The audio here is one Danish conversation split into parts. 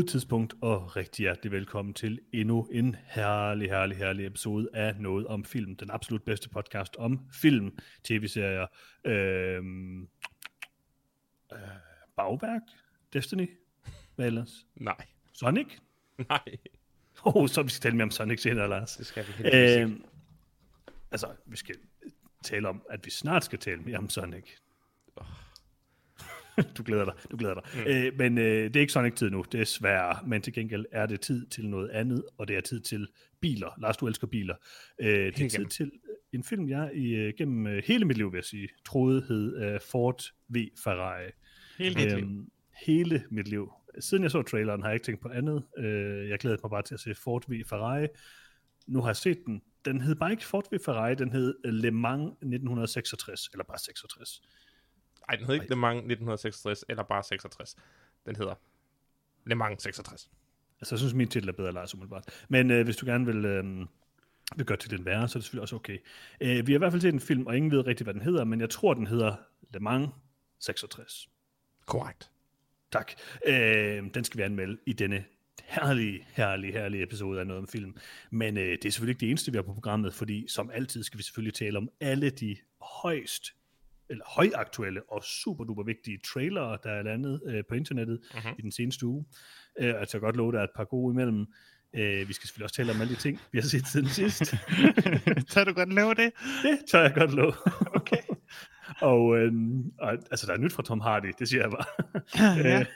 gode tidspunkt, og rigtig hjertelig velkommen til endnu en herlig episode af Noget om Film. Den absolut bedste podcast om film, tv-serier, bagværk, Destiny, hvad ellers? Nej. Sonic? Nej. Så vi skal tale mere om Sonic senere, Lars. Det skal vi helt Altså, vi skal tale om, at vi snart skal tale mere om Sonic. Du glæder dig. Men det er ikke Sonic-tid nu, desværre. Men til gengæld er det tid til noget andet, og det er tid til biler. Lars, du elsker biler. Det er tid til en film, jeg gennem hele mit liv, vil jeg sige, troede hed Ford v Ferrari. Hele mit liv. Siden jeg så traileren, har jeg ikke tænkt på andet. Jeg glædede mig bare til at se Ford v Ferrari. Nu har jeg set den. Den hed bare ikke Ford v Ferrari, den hed Le Mans 1966, eller bare 66. Nej, den hed ikke Le Mans 1966, eller bare 66. Den hedder Le Mans 66. Altså, jeg synes, min titel er bedre, Lars, umiddelbart. Men hvis du gerne vil gøre til den værre, så er det selvfølgelig også okay. Vi har i hvert fald set en film, og ingen ved rigtig, hvad den hedder, men jeg tror, den hedder Le Mans 66. Korrekt. Tak. Den skal vi anmelde i denne herlige episode af Noget om Film. Men det er selvfølgelig ikke det eneste, vi har på programmet, fordi som altid skal vi selvfølgelig tale om alle de højaktuelle og super duper vigtige trailere, der er landet på internettet i den seneste uge. Jeg tør godt love, der er et par gode imellem. Vi skal selvfølgelig også tale om alle de ting, vi har set siden sidst. Tør du godt love det? Det tør jeg godt love. Okay. Og altså, der er nyt fra Tom Hardy, det siger jeg bare. Ja.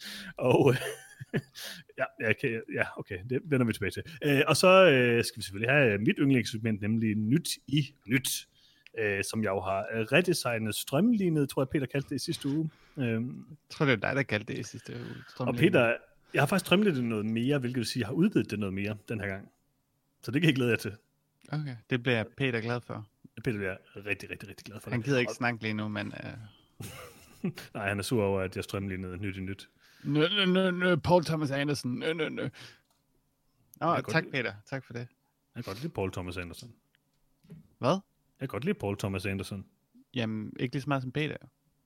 Okay, det vender vi tilbage til. Og så skal vi selvfølgelig have mit yndlingssegment, nemlig Nyt i Nyt, som jeg jo har redesignet strømlignet, tror jeg Peter kaldte det i sidste uge. Jeg tror, det er dig, der kaldte det i sidste uge. Og Peter, jeg har faktisk strømlignet noget mere, hvilket vil sige, jeg har udvidet det noget mere den her gang. Så det kan jeg glæde jer til. Okay, det bliver Peter glad for. Peter bliver rigtig glad for. Han gider ikke snakke lige nu, men... Nej, han er sur over, at jeg strømlignede Nyt i Nyt. Paul Thomas Anderson. Tak Peter, tak for det. Jeg kan godt lide Paul Thomas Anderson. Hvad? Jeg kan godt lide Paul Thomas Anderson. Jamen, ikke lige så meget som Peter.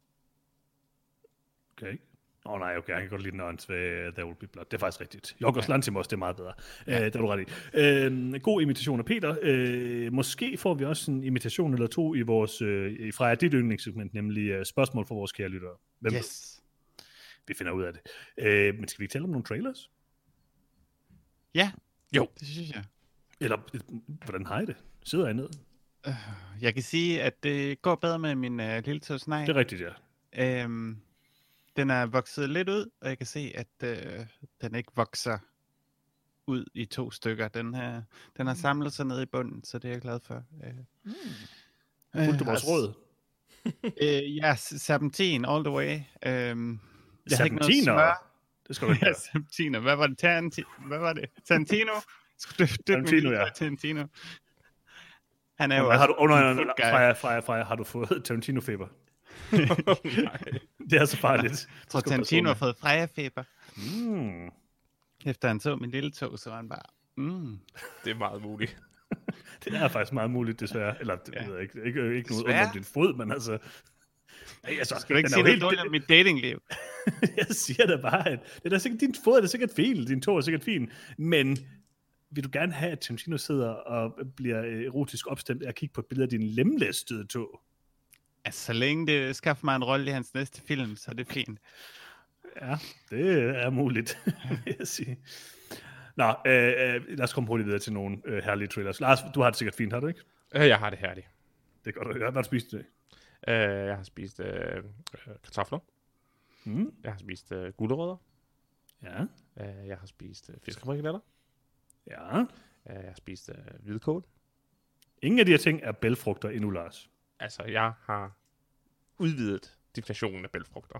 Okay. Nej, okay, jeg kan godt lide den åndsvage There Will Be Blood. Det er faktisk rigtigt. Yorgos Lanthimos, det er meget bedre. Det er du ret i. God imitation af Peter. Måske får vi også en imitation eller to i vores fra dit yndlingssegment, nemlig spørgsmål for vores kære lyttere. Hvem Yes. Vi finder ud af det. Men skal vi ikke tale om nogle trailers? Ja, jo. Det synes jeg. Eller, hvordan har I det? Sidder jeg ned? Jeg kan sige, at det går bedre med min lille tøsnej. Det er rigtigt, ja. Den er vokset lidt ud, og jeg kan se, at den ikke vokser ud i 2 stykker. Den har samlet sig ned i bunden, så det er jeg glad for. Fulgte du vores råd? Ja, 17 all the way. Jeg har ikke noget 17'er? smør. Det skal du ikke Ja, 17. Hvad var det? Tarantino? Tarantino, ja. Tarantino. Han er jo har du, Freja, har du fået Tarantino-feber? Det er så farligt. Jeg tror, Tarantino har fået Freja-feber. Efter han så min lille tog, så var han bare... Det er meget muligt. Det er faktisk meget muligt, desværre. Eller, det ved jeg ikke noget om din fod, men altså... Skal du ikke sige noget dårligt om mit datingliv? Jeg siger da bare, at det er sikkert, din fod er sikkert fin, din tog er sikkert fin, men vil du gerne have, at Tarantino sidder og bliver erotisk opstemt af at kigge på et billede af din lemlæstede tog? Altså, så længe det skaffer mig en rolle i hans næste film, så er det fint. Ja, det er muligt, vil jeg sige. Nå, lad os komme hurtigt videre til nogle herlige trailers. Lars, du har det sikkert fint, har du ikke? Jeg har det herligt. Det er godt. Hvad har du spist i dag? Jeg har spist kartofler. Jeg har spist gulerødder. Ja. Jeg har spist fiskefrikadeller. Ja. Jeg har spist hvidkål. Ingen af de her ting er bælgfrugter endnu, Lars. Altså, jeg har udvidet definitionen af bælgfrugter.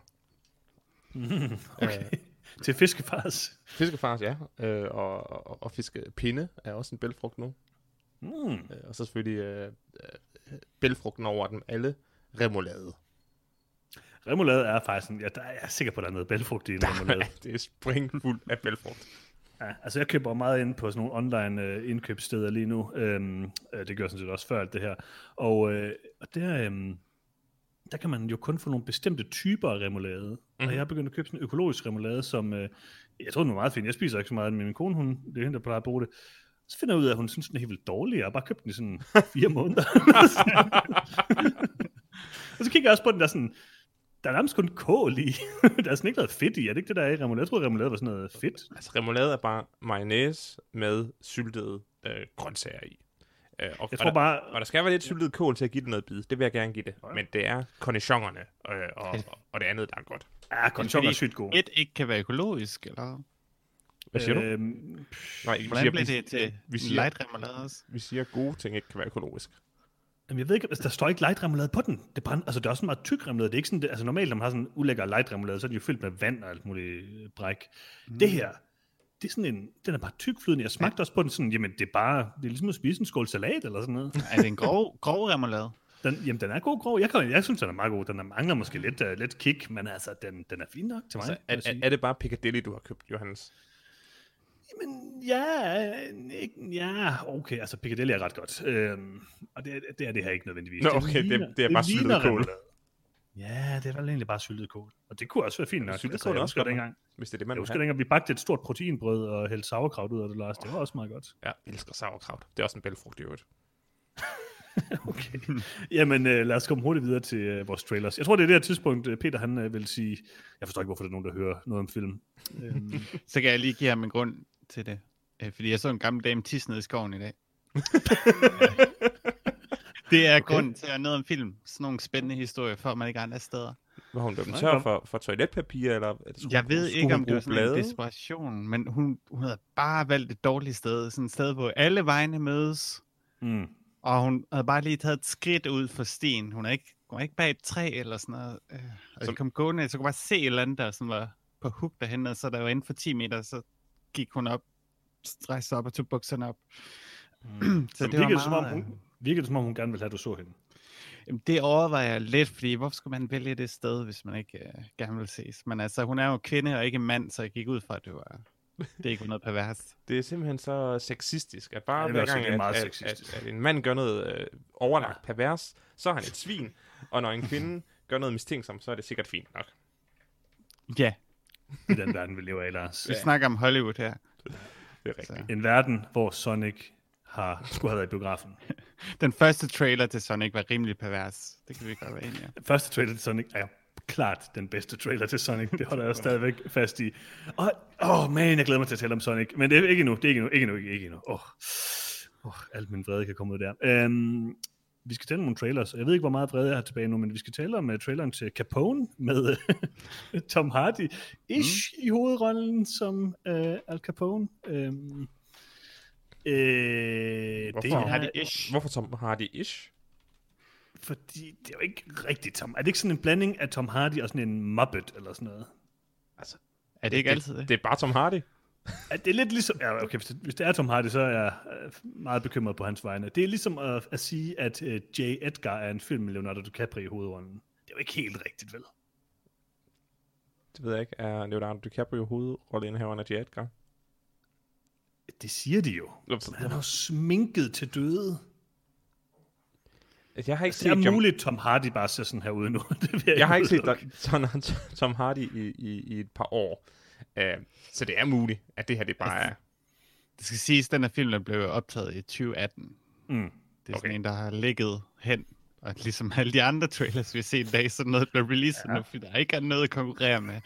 Okay. Til fiskefars. Fiskefars, ja. Og fiskepinde er også en bælgfrugt nu. Og så selvfølgelig bælgfrugten over dem alle, remoulade. Remoulade er faktisk jeg er sikker på, at der er noget bælgfrugt i en remoulade. Det er springfuld af bælgfrugt. Ja, altså jeg køber meget ind på sådan nogle online indkøbssteder lige nu. Det gør jeg sådan set også før alt det her. Og der kan man jo kun få nogle bestemte typer af remoulade. og jeg har begyndt at købe sådan en økologisk remoulade, som, jeg tror, den var meget fin. Jeg spiser ikke så meget, men min kone, det er hende, der plejer at bruge det. Så finder jeg ud af, at hun synes, den er helt vildt dårlig. Jeg har bare købt den i sådan 4 måneder. Og så kigger jeg også på den der sådan, der er nærmest kun kål i. Der er sådan ikke noget fedt i. Er det ikke det, der er i remoulade? Jeg troede, remoulade var sådan noget fedt. Altså, remoulade er bare mayonnaise med syltede grøntsager i. Og der skal være lidt syltet kål til at give det noget bid. Det vil jeg gerne give det. Men det er cornichonerne og det andet, der er godt. Ja, cornichoner er sygt gode. Et ikke kan være økologisk, eller? Hvad siger du? Nej, hvordan bliver det til light remoulade også? Vi siger, at gode ting ikke kan være økologisk. Jamen, jeg ved ikke, der står ikke light remoulade på den. Det er også en meget tyk remoulade. Det er ikke sådan, altså normalt, når man har sådan en ulækker light remoulade, så er de jo fyldt med vand og alt muligt bræk. Det her, det er sådan den er bare tykflydende. Jeg smagte også på den sådan, jamen det er ligesom at spise en skål salat eller sådan noget. Er det en grov remoulade? Den er god grov. Jeg synes, den er meget god. Den mangler måske lidt kick, men altså, den er fin nok til mig. Altså, er det bare Piccadilly, du har købt, Johannes? Jamen, ja, okay, altså Piccadilly er ret godt. Og det er det her ikke nødvendigvis. Nå, okay, det er bare syltet kål. Ja, det er vel egentlig bare syltet kål. Og det kunne også være fint nok. Syltet kål også godt dengang. Hvis det er det, man jeg husker dengang, vi bagte et stort proteinbrød og hældte sauerkraut ud af det, Lars. Det var også meget godt. Ja, jeg elsker sauerkraut. Det er også en bælgfrugt i øvrigt. Okay. Jamen, lad os komme hurtigt videre til vores trailers. Jeg tror, det er det her tidspunkt, Peter han vil sige, jeg forstår ikke, hvorfor der er nogen, der hører noget om film. Så kan jeg lige give ham en grund til det. Fordi jeg så en gammel dame tisse ned i skoven i dag. Det er grund til at noget om film. Sådan nogle spændende historier, for man ikke andre steder. Var hun blevet tør for toiletpapir? Eller jeg ved ikke, om det var sådan en desperation, men hun havde bare valgt et dårligt sted. Sådan et sted, hvor alle vejene mødes. Og hun havde bare lige taget et skridt ud for stien. Hun var ikke bag et træ eller sådan noget. Og så kom gående, så kunne bare se et eller andet, der sådan var på hug derhen, og så der var inden for 10 meter, så gik hun op, rejste op og tog bukserne op. Så det var virkede som om hun gerne ville have, at du så hende? Jamen, det overvejer jeg lidt, fordi hvorfor skulle man vælge det sted, hvis man ikke gerne vil ses? Men altså, hun er jo kvinde og ikke mand, så jeg gik ud fra, at det ikke var noget perverst. Det er simpelthen så sexistisk, at bare hver gang, at en mand gør noget overlagt pervers, så er han et svin, og når en kvinde gør noget mistænksomt, så er det sikkert fint nok. Ja. I den verden, vi lever af, Lars. Vi snakker om Hollywood her. Det er rigtigt. Så. En verden, hvor Sonic skulle have været i biografen. Den første trailer til Sonic var rimelig pervers. Det kan vi godt være enige om. Den første trailer til Sonic er klart den bedste trailer til Sonic. Det holder jeg stadigvæk fast i. Man, jeg glæder mig til at tale om Sonic. Men det er ikke endnu. Alt min vrede kan komme ud der. Vi skal tale om nogle trailers. Jeg ved ikke, hvor meget vrede jeg har tilbage nu, men vi skal tale om traileren til Capone med Tom Hardy i hovedrollen som Al Capone. Hvorfor Tom Hardy-ish? Fordi det er jo ikke rigtigt Tom. Er det ikke sådan en blanding af Tom Hardy og sådan en Muppet eller sådan noget? Altså, er det ikke altid det? Det er bare Tom Hardy. Det er lidt ligesom... Ja, okay, hvis det er Tom Hardy, så er jeg meget bekymret på hans vegne. Det er ligesom at sige, at J. Edgar er en film med Leonardo DiCaprio i hovedrollen. Det er jo ikke helt rigtigt, vel? Det ved jeg ikke. Er Leonardo DiCaprio hovedrolleindehaveren af J. Edgar? Det siger de jo. Han er jo sminket til døde. Jeg har ikke det er muligt, Tom Hardy bare ser sådan her ud nu. Jeg har ikke set Tom Hardy i et par år. Så det er muligt, at det her det bare er... Det skal siges, at den her film der blev optaget i 2018. Det er sådan en, der har ligget hen. Og ligesom alle de andre trailers, vi har set i dag, så noget blev releaset nu, fordi der ikke er noget at konkurrere med.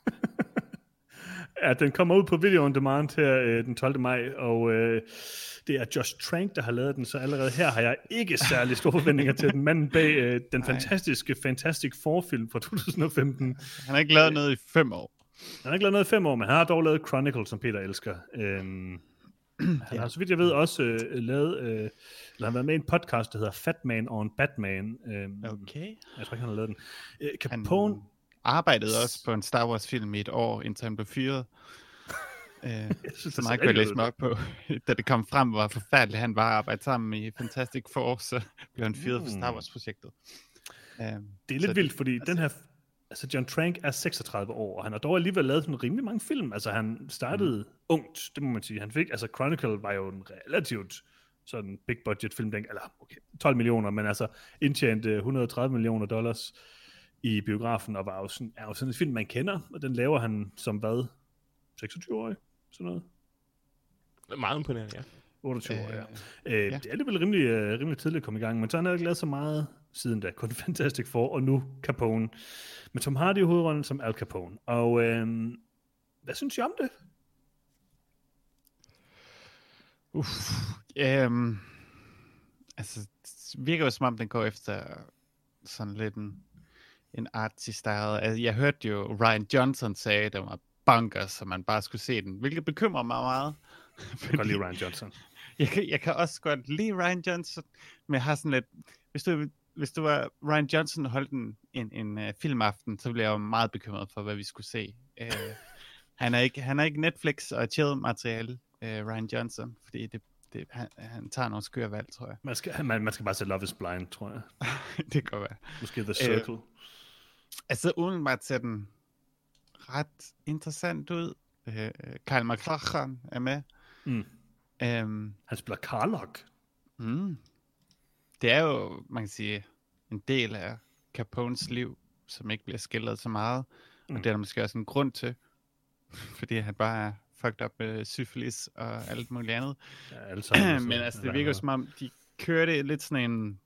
Ja, den kommer ud på Video On Demand her den 12. maj, og det er Josh Trank, der har lavet den, så allerede her har jeg ikke særlig store forventninger til den manden bag den fantastiske Fantastic Four-film fra 2015. Han har ikke lavet noget i 5 år. Han har ikke lavet noget i 5 år, men han har dog lavet Chronicle, som Peter elsker. Han har, så vidt jeg ved, også lavet, eller han har været med i en podcast, der hedder Fat Man on Batman. Okay. Jeg tror ikke, han har lavet den. Capone arbejdede også på en Star Wars-film i et år, indtil han blev fyret. Så meget kunne jeg læse mig op på. Da det kom frem, hvor forfærdeligt han var at arbejde sammen i Fantastic Four, så blev han fyret for Star Wars-projektet. Det er lidt vildt, fordi den her... Altså, John Trank er 36 år, og han har dog alligevel lavet sådan rimelig mange film. Altså, han startede ungt, det må man sige. Han fik... Altså, Chronicle var jo en relativt sådan big budget film, eller okay, 12 millioner, men altså indtjente $130 millioner i biografen, og er jo sådan en film, man kender, og den laver han som hvad? 26-årig? Sådan noget? Meget imponerende, ja. 28 år, ja. Det er alligevel rimelig tidligt at komme i gang, men så han har ikke lavet så meget siden da. Kun Fantastic Four, og nu Capone. Med Tom Hardy i hovedrollen som Al Capone. Og hvad synes I om det? Altså, det virker jo som om, den går efter sådan lidt en artsy style. Altså, jeg hørte jo, Ryan Johnson sagde, at den var bonkers, så man bare skulle se den, hvilket bekymrer mig meget. Jeg kan godt lide Ryan Johnson. Jeg kan også godt lide Ryan Johnson, men jeg har sådan lidt... Hvis du var Ryan Johnson og holdt en filmaften, så blev jeg jo meget bekymret for, hvad vi skulle se. Han er ikke Netflix og chill materiale, Ryan Johnson, fordi han tager nogle skøre valg, tror jeg. Man skal bare se Love is Blind, tror jeg. Det kan være. Måske The Circle. Altså udenbart ser den ret interessant ud. Kyle MacLachlan er med. Han spiller Karlok. Det er jo, man kan sige, en del af Capones liv, som ikke bliver skildret så meget. Og det er der måske også en grund til. Fordi han bare er fucked up med syfilis og alt muligt andet. Ja, men altså, det virker som om, de kørte lidt sådan en...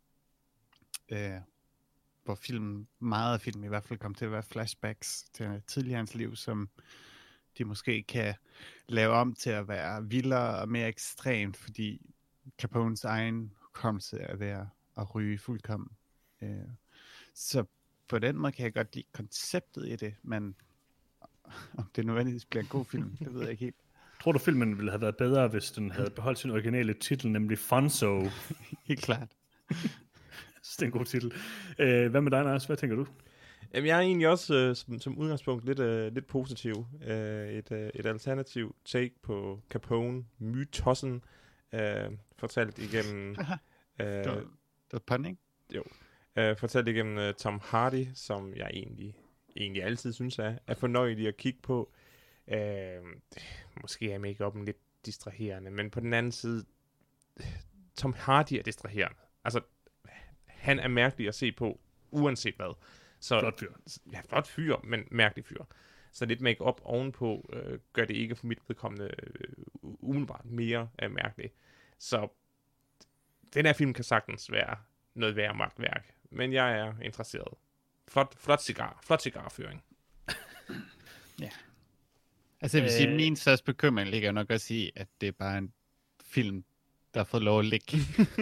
hvor meget af filmen i hvert fald kom til at være flashbacks til tidligere hans liv, som de måske kan lave om til at være vildere og mere ekstremt, fordi Capones egen hukommelse er ved at ryge fuldkommen. Så på den måde kan jeg godt lide konceptet i det, men om det nødvendigvis bliver en god film, det ved jeg ikke helt. Tror du, filmen ville have været bedre, hvis den havde beholdt sin originale titel, nemlig Funzo? Helt klart. Det er en god titel. Hvad med dig, Lars? Hvad tænker du? Jamen, jeg er egentlig også som udgangspunkt lidt positiv. Et alternativ take på Capone, mytossen, fortalt igennem... det var pun, ikke? Jo. Fortalt igennem Tom Hardy, som jeg egentlig altid synes er fornøjelig at kigge på. Måske er make-up'en lidt distraherende, men på den anden side, Tom Hardy er distraherende. Altså, han er mærkelig at se på, uanset hvad. Så, flot fyr. Ja, flot fyr, men mærkelig fyr. Så lidt make-up ovenpå gør det ikke for mit vedkommende umiddelbart mere mærkeligt. Så den her film kan sagtens være noget værre magtværk, men jeg er interesseret. Flot cigarføring. Ja. Altså jeg vil sige, min største bekymring ligger nok også i, at det er bare en film, der har fået lov at ligge.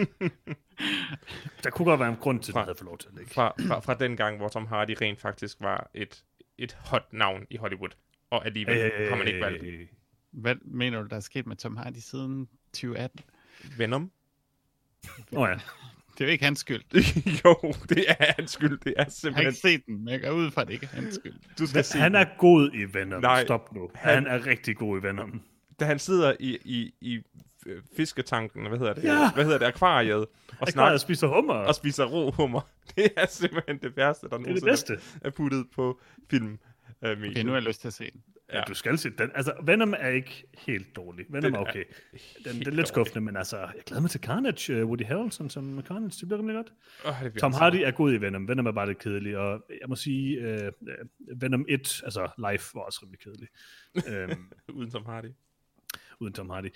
Der kunne godt være en grund til, at den havde fået lov til at ligge. Fra den gang, hvor Tom Hardy rent faktisk var et hot navn i Hollywood, og alligevel har man ikke valgt. Hvad mener du, der er sket med Tom Hardy siden 2018? Venom? Ja. Det er jo ikke hans skyld. Jo, det er hans skyld. Det er simpelthen... Jeg har ikke set den, men jeg går ud fra, at det ikke er hans skyld. Du skal se han er god i Venom. Nej, stop nu. Han er rigtig god i Venom. Da han sidder i fisketanken, hvad hedder det? Ja. Hvad hedder det? Akvariet. Og spiser hummer. Og spiser rå hummer. Det er simpelthen det værste, der nogensinde er puttet på film. Okay, nu har jeg lyst til at se den. Ja, du skal se den. Altså, Venom er ikke helt dårlig. Venom er okay. Den er lidt skuffende, men altså, jeg glæder mig til Carnage. Woody Harrelson som Carnage, det bliver rimelig godt. Tom Hardy er god i Venom. Venom er bare lidt kedelig, og jeg må sige, Venom 1, altså Life, var også rimelig kedelig. Uden Tom Hardy. Uden Tom Hardy.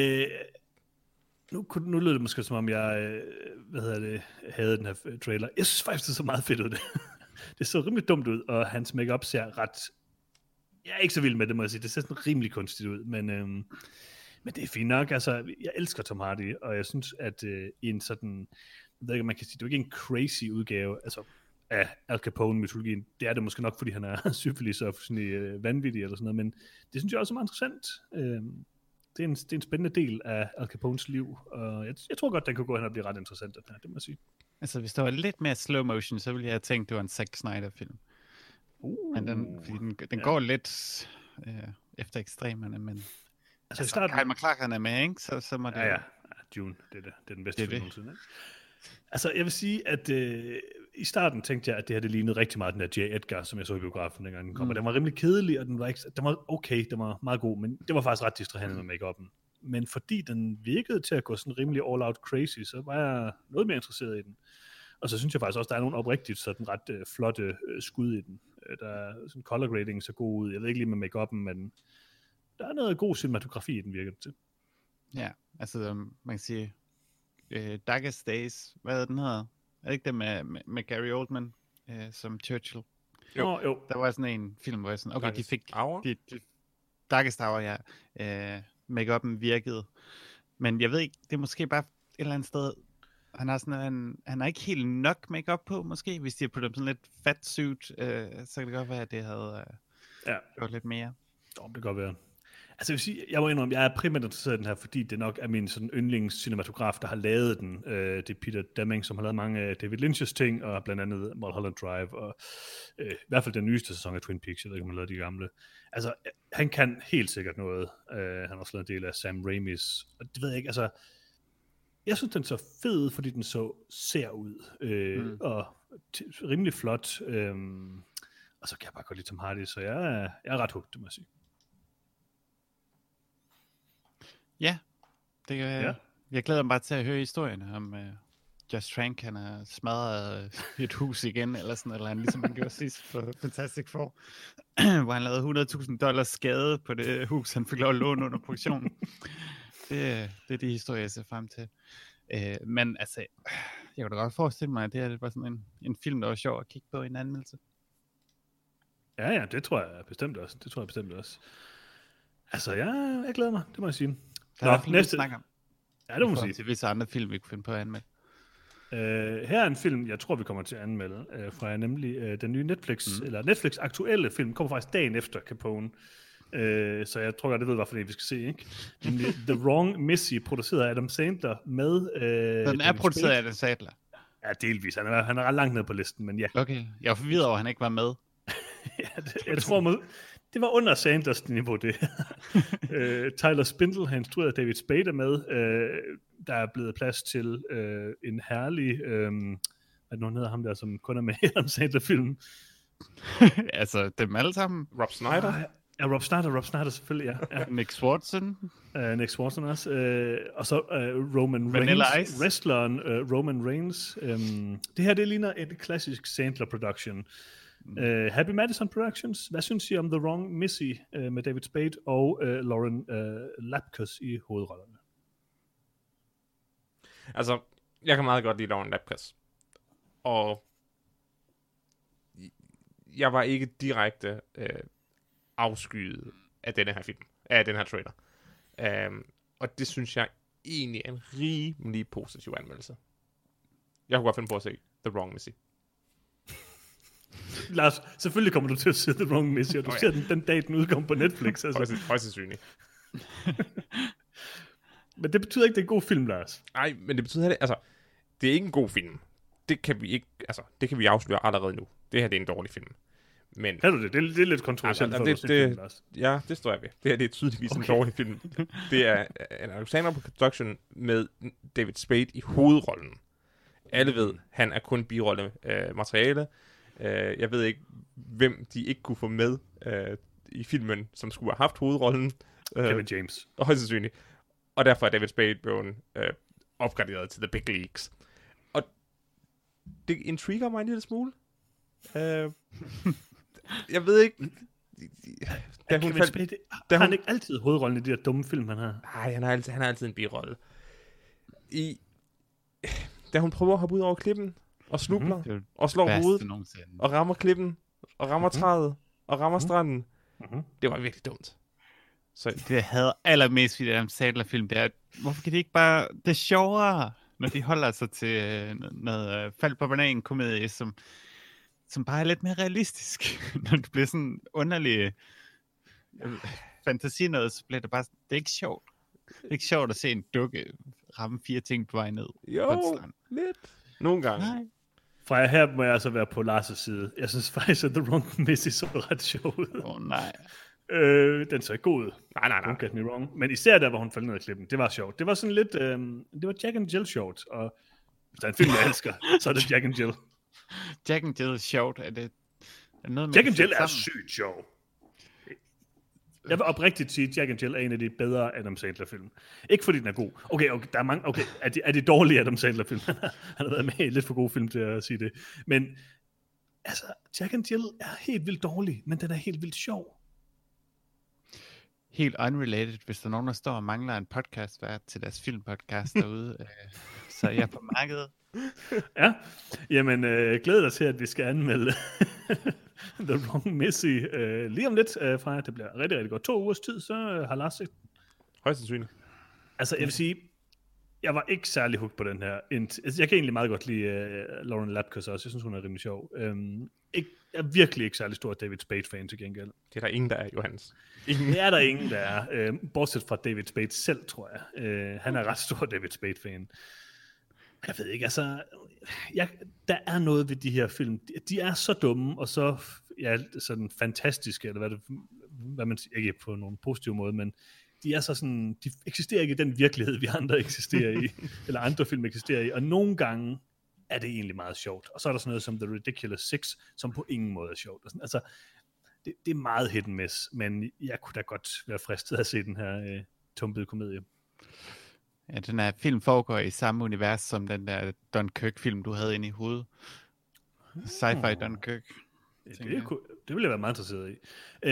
Nu lød det måske, som om jeg havde den her trailer. Jeg synes faktisk, det så meget fedt ud. Det så rimelig dumt ud, og hans make-up ser ret... Jeg er ikke så vild med det, må jeg sige. Det ser sådan rimelig kunstigt ud, men det er fint nok. Altså, jeg elsker Tom Hardy, og jeg synes, at i en sådan... Jeg ved ikke, man kan sige, det er jo ikke en crazy udgave altså, af Al Capone-mytologien. Det er det måske nok, fordi han er syfilis og sådan vanvittig eller sådan noget, men det synes jeg også er meget interessant. Det er en spændende del af Al Capones liv, og jeg tror godt, den kan gå hen og blive ret interessant, det må jeg sige. Altså, hvis der var lidt mere slow motion, så ville jeg have tænkt, det var en Zack Snyder-film. Men den går lidt efter ekstremerne, men altså, Kyle MacLachlan er med, ikke? Så må det... Ja, Dune, det er den bedste film nogensinde, ikke? Altså, jeg vil sige, at i starten tænkte jeg, at det her det lignede rigtig meget den der J. Edgar, som jeg så i biografen dengang den kom, og den var rimelig kedelig, og den var okay, den var meget god, men det var faktisk ret distraherende med make-up'en. Men fordi den virkede til at gå sådan rimelig all-out crazy, så var jeg noget mere interesseret i den. Og så synes jeg faktisk også, der er nogle oprigtigt sådan ret flotte skud i den. Der er sådan color grading så god ud. Jeg ved ikke lige med make-up'en, men der er noget god cinematografi i den, virker det til. Ja, altså man kan sige, Darkest Days, hvad den hedder? Er det ikke det med Gary Oldman som Churchill? Jo. Der var sådan en film, hvor jeg sådan, okay, Darkest de fik Hour? Darkest Hour, ja. Make-up'en virkede. Men jeg ved ikke, det er måske bare et eller andet sted, han har ikke helt nok make-up på, måske, hvis de har puttet sådan lidt fat suit, så kan det godt være, at det havde gjort lidt mere. Det kan godt være. Altså jeg vil sige, jeg må indrømme, jeg er primært interesseret i den her, fordi det nok er min sådan yndlingscinematograf, der har lavet den. Det er Peter Deming, som har lavet mange af David Lynch's ting, og blandt andet Mulholland Drive, og i hvert fald den nyeste sæson af Twin Peaks, jeg ved ikke, om han har lavet de gamle. Altså, han kan helt sikkert noget. Han har også lavet en del af Sam Raimis, og det ved jeg ikke, altså, jeg synes, den så fed, fordi den så ser ud, og rimelig flot, og så kan jeg bare godt lide Tom Hardy, så jeg er ret hooked, det må jeg sige. Ja, jeg glæder mig bare til at høre historien om Josh Trank, han har smadret et hus igen, eller han ligesom han gjorde sidst for Fantastic Four, hvor han lavede $100,000 skade på det hus, han fik lov at låne under produktionen. Det er de historier, jeg ser frem til. Men altså, jeg kunne da godt forestille mig, at det her var sådan en film, der var sjov at kigge på i en anmeldelse. Ja, det tror jeg bestemt også. Altså, jeg glæder mig, det må jeg sige. Der er næste snak om. Ja, det må man sige. Til visse andre film, vi kunne finde på at anmelde. Her er en film, jeg tror, vi kommer til at anmelde, fra nemlig den nye Netflix aktuelle film, kommer faktisk dagen efter Capone. Så jeg tror godt, det ved, hvorfor det vi skal se, ikke? Nemlig The Wrong Missy, produceret af Adam Sandler med... den er produceret af Adam Sandler? Ja, delvis. Han er ret langt ned på listen, men ja. Okay, jeg er forvirret over, at han ikke var med. Jeg tror, det var under Sanders niveau, det. Tyler Spindle har instrueret David Spade med. Der er blevet plads til en herlig... hvad nu hedder ham der, som kun er med i Adam Sandler-filmen? Altså, dem alle sammen? Rob Schneider? Ja, Rob Schneider selvfølgelig, ja. Nick Swartzen? Nick Swartzen også. Og så Roman Vanilla Reigns, Ice. wrestleren Roman Reigns. Det her, det ligner et klassisk Sandler-production. Happy Madison Productions. Hvad synes I om The Wrong Missy med David Spade og Lauren Lapkus i hovedrollerne? Altså, jeg kan meget godt lide Lauren Lapkus. Og jeg var ikke direkte afskyet af denne her film, af den her trailer. Og det synes jeg egentlig er en rimelig positiv anmeldelse. Jeg kunne godt finde på at se The Wrong Missy. Lars, selvfølgelig kommer du til at se The Wrong Missy, og du ser den dag, den udkommer på Netflix. Altså. Højst sandsynligt. Men det betyder ikke, det er en god film, Lars. Nej, men det betyder, altså, det er ikke en god film. Det kan vi ikke, altså, det kan vi afsløre allerede nu. Det her, det er en dårlig film. Men kan du det? Det er lidt kontroversielt for at film, Lars. Ja, det står jeg ved. Det her, det er tydeligvis en dårlig film. Det er en Alexander Production med David Spade i hovedrollen. Alle ved, han er kun birolle materiale. Jeg ved ikke, hvem de ikke kunne få med i filmen, som skulle have haft hovedrollen. Kevin James. Højst sandsynligt. Og derfor er David Spade blevet opgraderet til The Big Leagues. Og det intriger mig en lille smule. Jeg ved ikke... Har han ikke altid hovedrollen i de der dumme film, han har? Nej, han har altid en birolle. Da hun prøver at hoppe ud over klippen, og snubler, og slår hovedet, og rammer klippen, og rammer træet, og rammer stranden. Det var virkelig dumt. Så det, jeg havde allermest ved Adam Sandler-film, det er, hvorfor kan de ikke bare... Det er sjovere, når de holder sig til noget fald på banan-komedie, som bare er lidt mere realistisk. Når det bliver sådan underlig fantasi noget, så bliver det bare... Det er ikke sjovt. Det er ikke sjovt at se en dukke ramme 4 ting på vej ned. Jo, lidt. Nogle gange. Nej. Fra her må jeg altså være på Lars' side. Jeg synes faktisk, at The Wrong Missy så ret sjov ud. Nej. Den så god ud. Nej. Don't get me wrong. Men især der, hvor hun faldt ned af klippen. Det var sjovt. Det var sådan lidt... det var Jack and Jill sjovt. Og hvis der er en film, jeg elsker, så er det Jack and Jill. Jack and Jill er sjovt. Er det noget, Jack and Jill er sygt sjov. Jeg vil oprigtigt sige, at Jack and Jill er en af de bedre Adam Sandler-film. Ikke fordi den er god. Okay, der er mange... Okay, er det dårlige Adam Sandler-film? Han har været med i lidt for gode film til at sige det. Men altså, Jack and Jill er helt vildt dårlig, men den er helt vildt sjov. Helt unrelated, hvis der er nogen, der står og mangler en podcast til deres filmpodcast derude, så er jeg på markedet. Ja, jamen glæder dig til, at vi skal anmelde The Wrong Missy lige om lidt, Freja. Det bliver rigtig, rigtig godt. 2 ugers tid, så har Lars set den. Højst sandsynligt. Altså, jeg vil sige, jeg var ikke særlig hooked på den her. Jeg kan egentlig meget godt lide Lauren Lapkus også. Jeg synes, hun er rimelig sjov. Jeg er virkelig ikke særlig stor David Spade-fan til gengæld. Det er der ingen, der er, Johannes. Det er der ingen, der er. Bortset fra David Spade selv, tror jeg. Han er ret stor David Spade-fan. Jeg ved ikke, altså... der er noget ved de her film. De er så dumme, og så sådan fantastiske, eller hvad man siger, ikke på nogen positiv måde, men de er så sådan... De eksisterer ikke i den virkelighed, vi andre eksisterer i, eller andre film eksisterer i, og nogle gange er det egentlig meget sjovt. Og så er der sådan noget som The Ridiculous Six, som på ingen måde er sjovt. Altså, det er meget hit and miss, men jeg kunne da godt være fristet at se den her tumpede komedie. Ja, den her film foregår i samme univers som den der Dunkirk-film, du havde inde i hovedet. Sci-fi Dunkirk. Det ville jeg være meget interesseret i.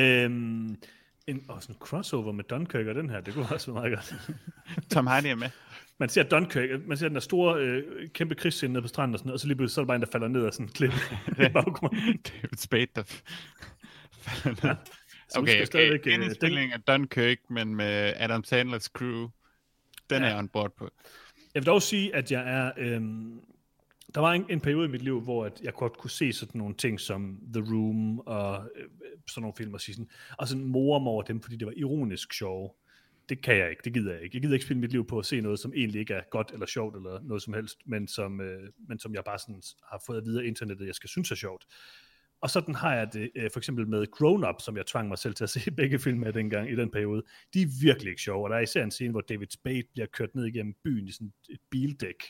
Sådan en crossover med Dunkirk og den her, det kunne også være meget godt. Tom Hardy er med. Man ser Dunkirk, man ser den der store, kæmpe krigsscene nede på stranden og sådan noget, og så lige pludselig så er der bare en, der falder ned af sådan en klip i baggrunden. David Spade, der falder ned. Okay. Indspilling af Dunkirk, men med Adam Sandlers crew, den er jeg on board på. Jeg vil dog sige, at jeg er... der var en periode i mit liv, hvor at jeg godt kunne se sådan nogle ting som The Room og sådan nogle film og sige sådan, og sådan more mig over dem, fordi det var ironisk sjove. Det kan jeg ikke, det gider jeg ikke. Jeg gider ikke spille mit liv på at se noget, som egentlig ikke er godt eller sjovt eller noget som helst, men som jeg bare sådan har fået at vide af internettet, jeg skal synes er sjovt. Og sådan har jeg det for eksempel med Grown Up, som jeg tvang mig selv til at se begge film af dengang i den periode. De er virkelig ikke sjove, og der er især en scene, hvor David Spade bliver kørt ned igennem byen i sådan et bildæk.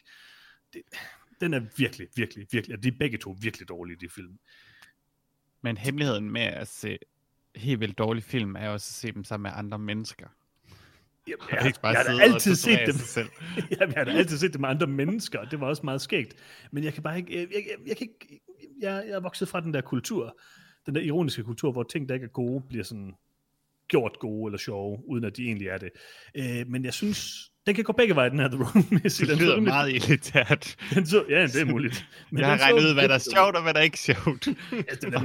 Den er virkelig, virkelig, virkelig, de er begge to virkelig dårlige, de film. Men hemmeligheden med at se helt vildt dårlige film, er også at se dem sammen med andre mennesker. Jeg har altid set dem. Jeg har altid set dem med andre mennesker, og det var også meget skægt. Men jeg kan bare ikke, jeg er vokset fra den der kultur, den der ironiske kultur, hvor ting, der ikke er gode, bliver sådan gjort gode eller sjove, uden at de egentlig er det. Men jeg synes, den kan gå begge veje, den her The Wrong Missy. Det lyder meget elitært. Ja, det er muligt. Men jeg har regnet ud, hvad der er sjovt, og hvad der er ikke sjovt. Altså, det er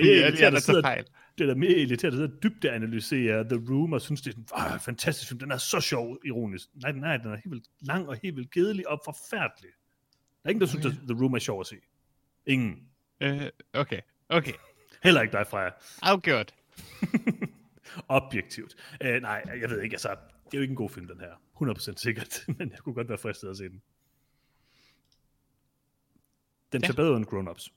mere elitært, at sidde og dybdeanalysere The Room, og synes, det er en fantastisk film. Den er så sjov, ironisk. Nej, den er helt vildt lang og helt vildt kedelig og forfærdelig. Der er ingen, der synes, at The Room er sjov at se. Ingen. Okay. Heller ikke dig, Freja. Afgjort. Objektivt. Nej, jeg ved ikke, altså, det er jo ikke en god film, den her. 100% sikkert, men jeg kunne godt være fristet at se den. Den tager bedre end Grown Ups.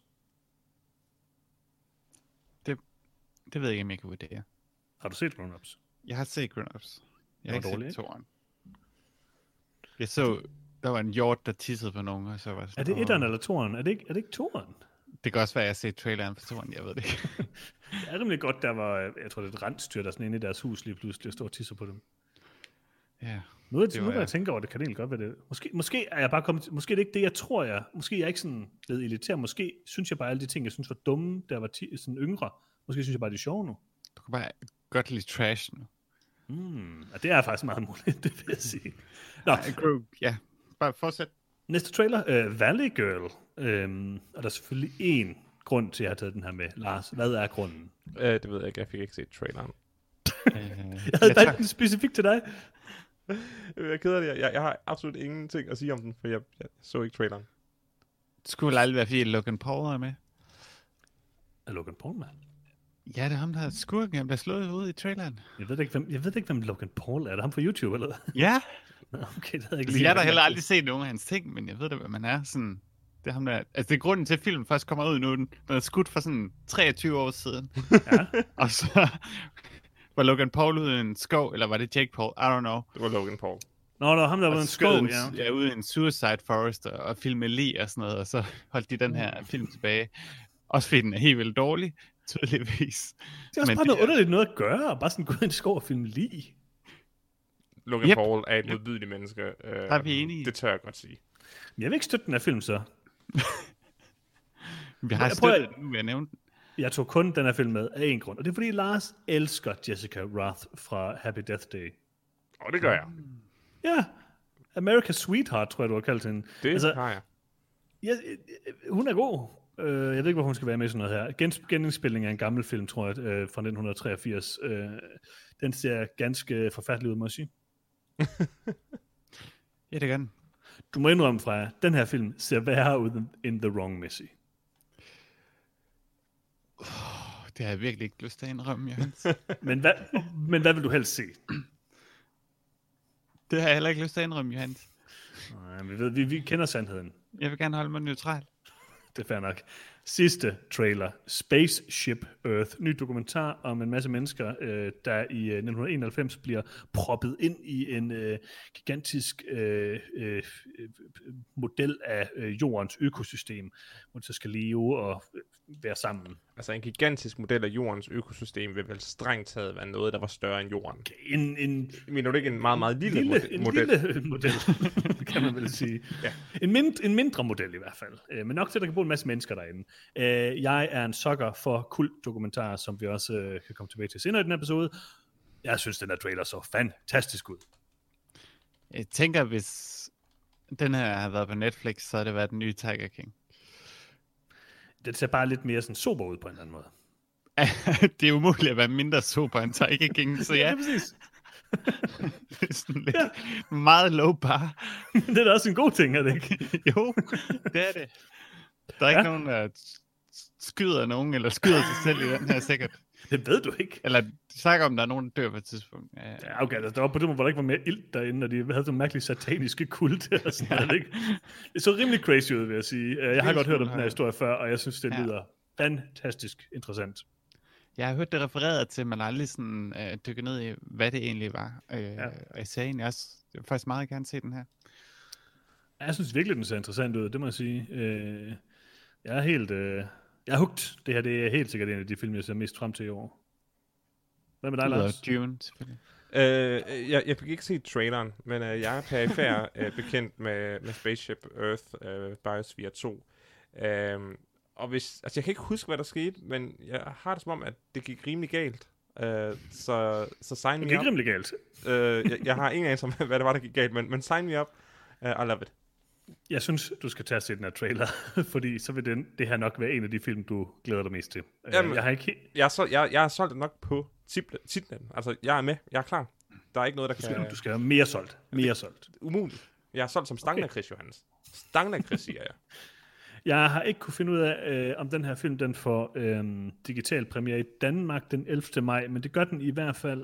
Det ved jeg ikke, om jeg kan vurdere. Har du set Grown Ups? Jeg har set Grown Ups. Jeg har ikke set toren. Jeg så, der var en hjort, der tissede på nogen, og så var sådan, er det etteren eller toren? Er det ikke toren? Det kan også være, at jeg har set traileren for toren, jeg ved det ikke. Det er rimelig godt, der var, jeg tror det er et rensdyr, der sådan inde i deres hus lige pludselig står og tisser på dem. Ja. Nu jeg tænker over det, kan det egentlig godt være det. Måske er jeg bare kommet til, måske er det ikke det, jeg tror jeg. Måske er jeg ikke sådan blevet elitær. Måske synes jeg bare alle de ting, jeg synes var dumme, da jeg var sådan yngre. Måske synes jeg bare, det er sjove nu. Du kan bare godt lide trash nu. Og det er faktisk meget muligt, det vil jeg sige. Nå. Ja, bare fortsæt. Næste trailer, Valley Girl. Og der er selvfølgelig én grund til, at jeg har taget den her med. Lars, hvad er grunden? Det ved jeg ikke, jeg fik ikke set traileren. Jeg havde bare ikke specifikt til dig. Jeg er ked af det. Jeg har absolut ingenting at sige om den, for jeg så ikke traileren. Det skulle aldrig være, fordi Logan Paul er med. Er Logan Paul med? Ja, det er ham, der er skurken. Han bliver slået ud i traileren. Jeg ved ikke, hvem Logan Paul er. Er det ham fra YouTube, eller hvad? Ja. Okay, det havde jeg ikke lige. Jeg har da heller aldrig set nogen af hans ting, men jeg ved da, hvad man er. Sådan, det er ham der. Altså, det er grunden til, at filmen først kommer ud nu. Den er skudt for sådan 23 år siden. Ja. Og så var Logan Paul ude i en skov, eller var det Jake Paul? I don't know. Det var Logan Paul. Nå, ham der var en skov, ja. Ja, ude i en suicide forest og filme lig og sådan noget, og så holdt de den her film tilbage. Også fordi den er helt vildt dårlig. Tydeligvis. Det er også bare noget underligt noget at gøre, og bare sådan gå ind i skov og filme lige. Logan Paul er et modbydeligt menneske. Der er vi enige. Det tør jeg godt sige. Jeg vil ikke støtte den her film, så. Vi har støttet den, nu vil jeg nævne den. Jeg tog kun den her film med af en grund, og det er fordi Lars elsker Jessica Rath fra Happy Death Day. Og det gør jeg. Ja, America's Sweetheart, tror jeg, du har kaldt hende. Det har jeg. Ja, hun er god. Jeg ved ikke, hvor hun skal være med i sådan noget her. Genindspilning af en gammel film, tror jeg, fra 1983. Den ser ganske forfærdelig ud, må jeg sige. Ja, det gør den. Du må indrømme, Freja, den her film ser værre ud end The Wrong Missy. Det har jeg virkelig ikke lyst til at indrømme, Johannes. men hvad vil du helst se? Det har jeg heller ikke lyst til at indrømme, Johannes. Nej, vi kender sandheden. Jeg vil gerne holde mig neutral. Det er fair nok. Sidste trailer, Spaceship Earth. Ny dokumentar om en masse mennesker, der i 1991 bliver proppet ind i en gigantisk model af jordens økosystem, hvor de så skal leve og være sammen. Altså en gigantisk model af jordens økosystem vil vel strengt taget være noget, der var større end jorden. Mener du ikke en meget, meget lille model? En lille model, kan man vel sige. Ja. En mindre model i hvert fald. Men nok til, at der kan bo en masse mennesker derinde. Jeg er en sukker for kultdokumentarer, som vi også kan komme tilbage til senere i den episode. Jeg synes, den her trailer så fantastisk ud. Jeg tænker, hvis den her har været på Netflix, så har det været den nye Tiger King. Den ser bare lidt mere sådan sober ud på en eller anden måde. Det er umuligt at være mindre sober end Tiger King, så ja. Ja, præcis. Det er sådan lidt meget low bar. Det er da også en god ting, er det ikke? Jo, det er det. Der er ikke nogen, der skyder nogen, eller skyder sig selv i den her sikkert. Det ved du ikke. Eller de snakker om, der er nogen, der dør på et tidspunkt. Ja, okay, der var på det måde, hvor der ikke var mere ild derinde, og de havde sådan en mærkelig sataniske kult. Og sådan noget, ikke? Det så rimelig crazy ud, vil jeg sige. Jeg har godt hørt om den her historie før, og jeg synes, det lyder fantastisk interessant. Jeg har hørt det refereret til, man aldrig sådan dykker ned i, hvad det egentlig var. Og jeg sagde egentlig også, jeg vil faktisk meget gerne se den her. Jeg synes virkelig, den ser interessant ud, det må jeg sige. Jeg er helt... Jeg er hugt. Det her det er helt sikkert en af de film, jeg ser mest frem til i år. Hvad med dig, Lars? Dune, selvfølgelig. Jeg fik ikke set traileren, men jeg er perifær bekendt med Spaceship Earth Biosphere 2. Og jeg kan ikke huske, hvad der skete, men jeg har det som om, at det gik rimelig galt. Så sign me up. Det gik rimelig galt. Jeg har ingen anelse om, hvad det var, der gik galt, men sign me up. I love it. Jeg synes, du skal tage og se den her trailer, fordi så vil det her nok være en af de film, du glæder dig mest til. Jamen, jeg har solgt det nok på titlen. Altså, jeg er med. Jeg er klar. Der er ikke noget, der kan... Du skal være mere solgt. Mere solgt. Umuligt. Jeg er solgt som stanglakrids, Johannes. Stanglakrids, siger jeg. Jeg har ikke kunne finde ud af, om den her film den får digital premiere i Danmark den 11. maj, men det gør den i hvert fald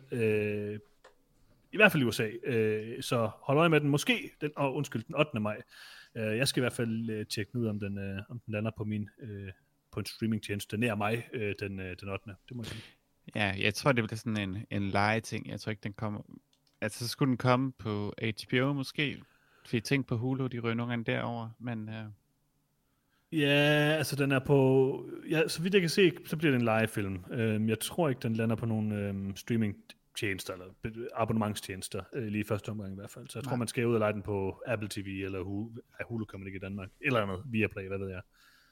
i USA. Så hold øje med den. Måske den 8. maj. Jeg skal i hvert fald tjekke den ud, om den lander på på en streamingtjeneste nær mig den 8. Det må jeg sige. Ja, jeg tror, det bliver sådan en legeting. Jeg tror ikke, den kommer... Altså, så skulle den komme på HBO måske. Fordi tænk på Hulu, de ryger nogle gange derover, men... Ja, altså den er på... Ja, så vidt jeg kan se, så bliver det en legefilm. Jeg tror ikke, den lander på nogle streamingtjenester, eller abonnementstjenester, lige i første omgang i hvert fald. Så jeg tror, man skal ud og lege den på Apple TV, eller Hulu kommer ikke i Danmark. Eller andet, Viaplay, hvad ved jeg.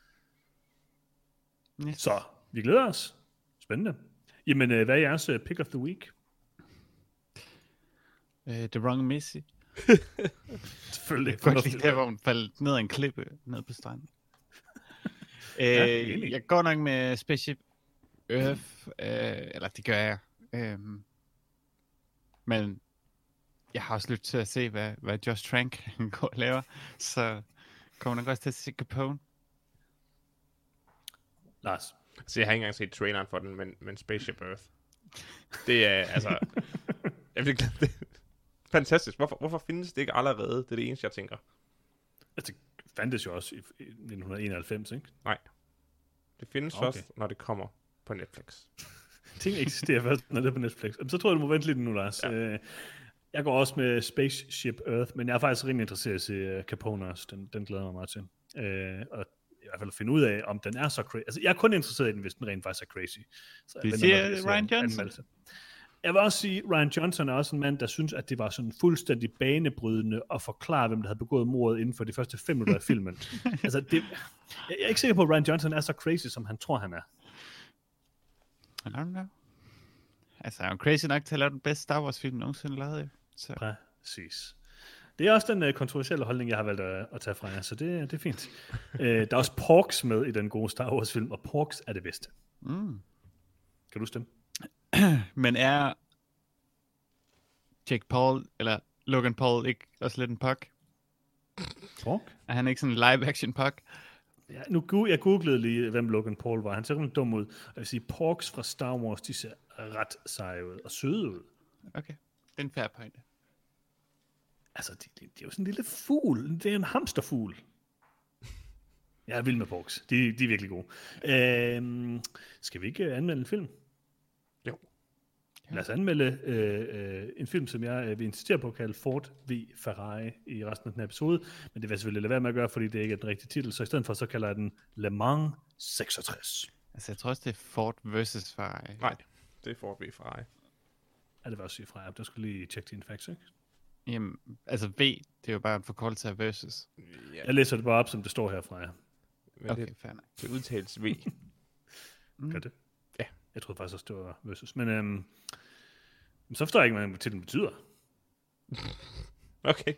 Yes. Så, vi glæder os. Spændende. Jamen, hvad er jeres pick of the week? The Wrong Missy. Selvfølgelig. Der hvor hun faldt ned ad en klippe ned på stranden. Jeg går nok med Spaceship Earth, eller det gør jeg. Men jeg har også lyst til at se, hvad Josh Trank går og laver, så kommer nok også til at se Capone. Lars? Så jeg har ikke engang set traileren for den, men Spaceship Earth. Det er altså... det fantastisk. Hvorfor findes det ikke allerede? Det er det eneste, jeg tænker. Altså, det fandtes jo også i 1991, ikke? Nej. Det findes først, når det kommer på Netflix. Ting eksisterer først, når det er på Netflix. Så tror jeg, du må vente lidt nu, Lars. Ja. Jeg går også med Spaceship Earth, men jeg er faktisk rimelig interesseret i at se Capone også. Den glæder mig meget til. Og hvert fald finde ud af, om den er så crazy. Altså, jeg er kun interesseret i den, hvis den rent faktisk er crazy. Så vi siger Ryan Johnson. Jeg vil også sige, Ryan Johnson er også en mand, der synes, at det var sådan fuldstændig banebrydende at forklare, hvem der havde begået mordet inden for de første 5 minutter af filmen. Altså, jeg er ikke sikker på, at Ryan Johnson er så crazy, som han tror, han er. I don't know. Altså, han er crazy nok til at lave den bedste Star Wars-film nogensinde lavet. Så. Præcis. Det er også den kontroversielle holdning, jeg har valgt at tage fra jer, så det er fint. Der er også Porks med i den gode Star Wars-film, og Porks er det bedste. Kan du stemme? Men er Jake Paul, eller Logan Paul, ikke også lidt en pug? Pork? Er han ikke sådan en live-action pug? Ja, jeg googlede lige, hvem Logan Paul var. Han ser rimelig dum ud. Jeg vil sige, Porks fra Star Wars, de ser ret seje ud og søde ud. Okay, det er en fair point. Altså, det er jo sådan en lille fugl. Det er en hamsterfugl. Jeg er vild med Porks. De er virkelig gode. Skal vi ikke anmelde en film? Jo. Lad os anmelde en film, som jeg vil insistere på at kalde Ford v Ferrari i resten af den her episode, men det vil jeg selvfølgelig lade være med at gøre, fordi det ikke er den rigtige titel, så i stedet for så kalder jeg den Le Mans 66. Altså jeg tror også, det er Ford versus Ferrari. Nej, det er Ford v Ferrari. Ja, det var også Ferrari. Der skulle lige tjekke dine facts, ikke? Jamen, altså V, det er jo bare en forkortelse af versus. Ja. Jeg læser det bare op, som det står herfra, ja. Okay, fair nok. Det udtales V. Gør det? Ja. Jeg troede faktisk også, det var versus. Men så forstår jeg ikke, hvad titlen betyder. Okay.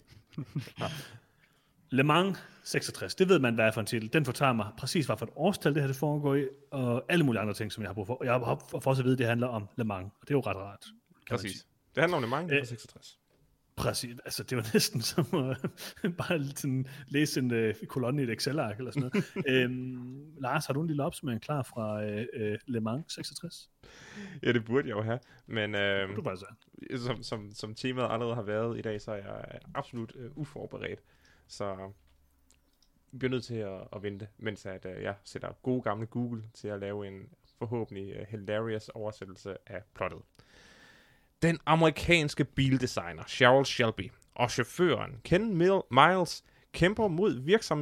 Le Mans 66, det ved man, hvad er for en titel. Den fortæller mig præcis, hvad for et årstal det her det foregår i, og alle mulige andre ting, som jeg har brug for. Jeg har for også at vide, at det handler om Le Mans, og det er jo ret rart. Præcis. Det handler om Le Mans på 66. Præcis. Altså, det var næsten som bare sådan, læse en kolonne i et Excel-ark eller sådan noget. Lars, har du en lille opsummering klar fra Le Mans 66? Ja, det burde jeg jo have. Men du bare som temaet allerede har været i dag, så er jeg absolut uforberedt. Så vi bliver nødt til at vente, mens at, jeg sætter gode gamle Google til at lave en forhåbentlig hilarious oversættelse af plottet. Den amerikanske bildesigner Charles Shelby og chaufføren Ken Miles kæmper mod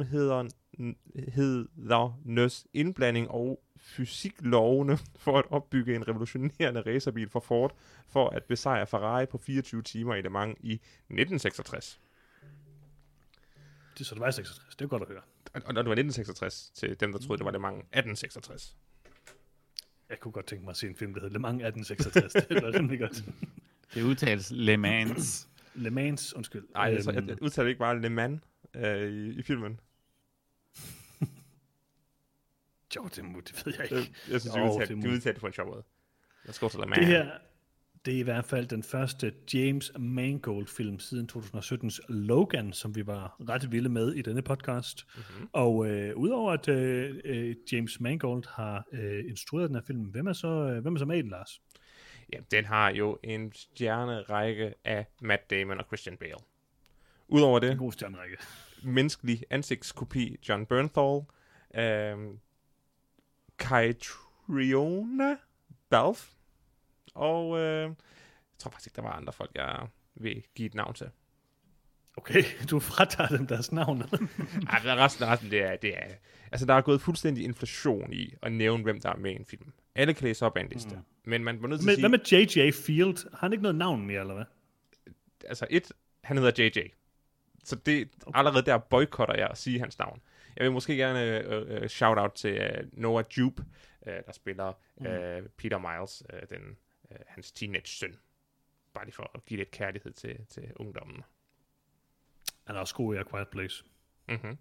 virksomhedernes indblanding og fysiklovene for at opbygge en revolutionerende racerbil for Ford for at besejre Ferrari på 24 timer i Le Mans i 1966. Så det var 66, det er godt at høre. Og det var 1966 til dem, der troede, det var Le Mans 1866. Jeg kunne godt tænke mig at se en film, der hedder Le Mans 1866. Det var rimelig godt. Det udtales Le Mans. Le Mans, undskyld. Nej, jeg udtaler ikke bare Le Mans i filmen. Jo, det ved jeg ikke. Jeg synes, de udtalte det på en sjov måde. Let's go to Le Mans. Det her, det er i hvert fald den første James Mangold-film siden 2017's Logan, som vi var ret vilde med i denne podcast. Mm-hmm. Og udover at James Mangold har instrueret den her film, hvem er så med i den, Lars? Ja, den har jo en stjernerække af Matt Damon og Christian Bale. Udover det, en god stjernerække. Menneskelig ansigtskopi John Bernthal, Caitriona Balfe, og jeg tror faktisk ikke, der var andre folk, jeg vil give et navn til. Okay, du fratager dem deres navn. Ej, resten det er... Altså, der er gået fuldstændig inflation i at nævne, hvem der er med i en film. Alle kan læse op af en liste. Men man må nødt til at sige... Hvad med J.J. Field? Har han ikke noget navn mere, eller hvad? Altså, han hedder J.J. Så det allerede der boykotter jeg at sige hans navn. Jeg vil måske gerne shout-out til Noah Jupe, der spiller Peter Miles, hans teenage-søn. Bare lige for at give lidt kærlighed til ungdommen. Han er også god i A Quiet Place. Mhm.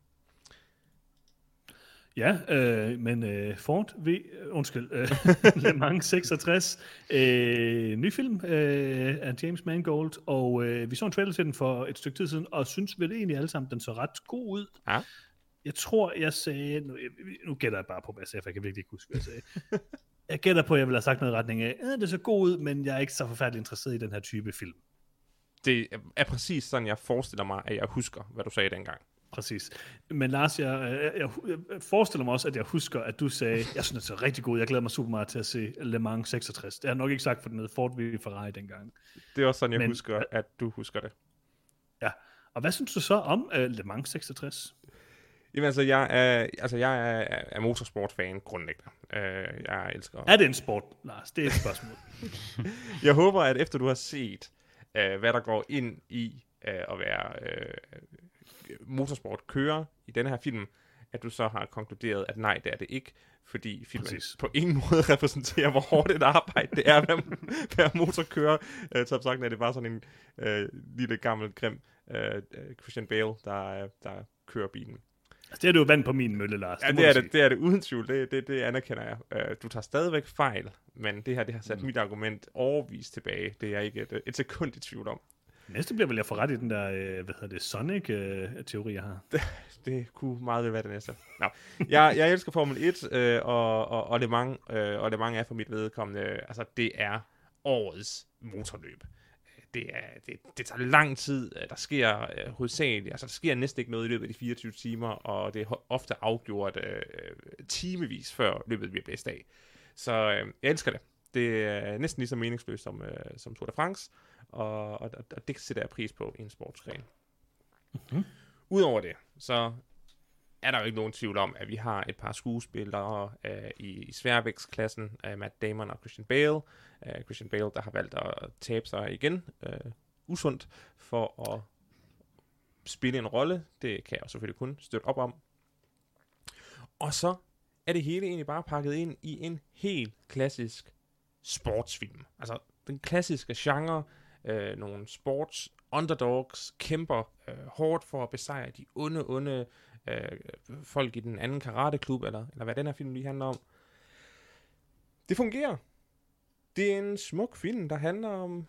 Ja, men Ford Le Mans 66, ny film af James Mangold, og vi så en trailer til den for et stykke tid siden, og synes vel egentlig alle sammen, den så ret god ud. Ja. Jeg tror, jeg sagde, nu gætter jeg bare på, hvad jeg sagde, for jeg kan virkelig ikke huske, hvad jeg sagde. Jeg gætter på, at jeg ville have sagt noget i retning af, det så god ud, men jeg er ikke så forfærdeligt interesseret i den her type film. Det er præcis sådan, jeg forestiller mig, at jeg husker, hvad du sagde dengang. Præcis. Men Lars, jeg forestiller mig også, at jeg husker, at du sagde, jeg synes, det er rigtig god, jeg glæder mig super meget til at se Le Mans 66. Det har jeg nok ikke sagt for den nede Ford v Ferrari dengang. Det er også sådan, jeg husker, at du husker det. Ja, og hvad synes du så om Le Mans 66? Jamen altså, jeg er motorsport-fan grundlæggende. Jeg elsker... Er det en sport, Lars? Det er et spørgsmål. Jeg håber, at efter du har set, hvad der går ind i at være motorsport-kører i denne her film, at du så har konkluderet, at nej, det er det ikke, fordi filmen på ingen måde repræsenterer, hvor hårdt et arbejde det er at være motorkører. Så sagt, er det bare sådan en lille gammel, grim Christian Bale, der kører bilen. Altså, det er du jo vand på min mølle, Lars. Ja, det er det uden tvivl. Det anerkender jeg. Du tager stadigvæk fejl, men det har sat mit argument overvist tilbage. Det er jeg ikke et sekund i tvivl om. Næste bliver vel jeg får ret i den der, Sonic-teori, jeg har. Det kunne meget vel være det næste. Nå. Jeg elsker Formel 1, og Le Mans, og Le Mans er for mit vedkommende, altså det er årets motorløb. Det tager lang tid, der sker hovedsageligt, altså der sker næsten ikke noget i løbet af de 24 timer, og det er ofte afgjort timevis før løbet bliver blæst af. Så jeg elsker det. Det er næsten lige så meningsløst som Tour de France, og det sætter jeg pris på i en sportsgren. Mm-hmm. Udover det, så er der jo ikke nogen tvivl om, at vi har et par skuespillere i sværvægtsklassen, Matt Damon og Christian Bale. Christian Bale, der har valgt at tabe sig igen, usundt, for at spille en rolle. Det kan jeg selvfølgelig kun støtte op om. Og så er det hele egentlig bare pakket ind i en helt klassisk sportsfilm. Altså den klassiske genre, nogle sports underdogs kæmper hårdt for at besejre de onde folk i den anden karateklub, eller hvad den her film lige handler om. Det fungerer. Det er en smuk film, der handler om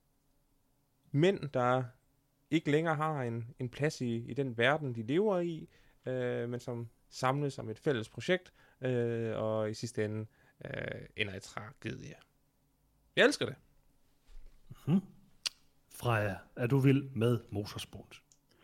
mænd, der ikke længere har en plads i den verden, de lever i, men som samles om et fælles projekt, og i sidste ende ender i tragedie. Jeg elsker det. Mm-hmm. Freja, er du vild med motorsport?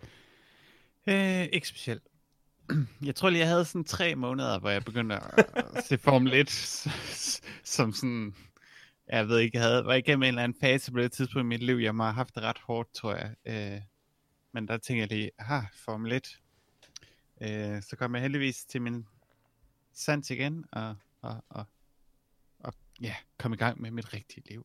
Ikke specielt. Jeg tror lige, jeg havde sådan 3 måneder, hvor jeg begyndte at se Formel 1 som sådan, jeg ved ikke, jeg var igennem en eller anden fase på det tidspunkt i mit liv. Jeg må have haft det ret hårdt, tror jeg. Men der tænker jeg lige, Formel 1. Så kom jeg heldigvis til min sans igen, og kom i gang med mit rigtige liv.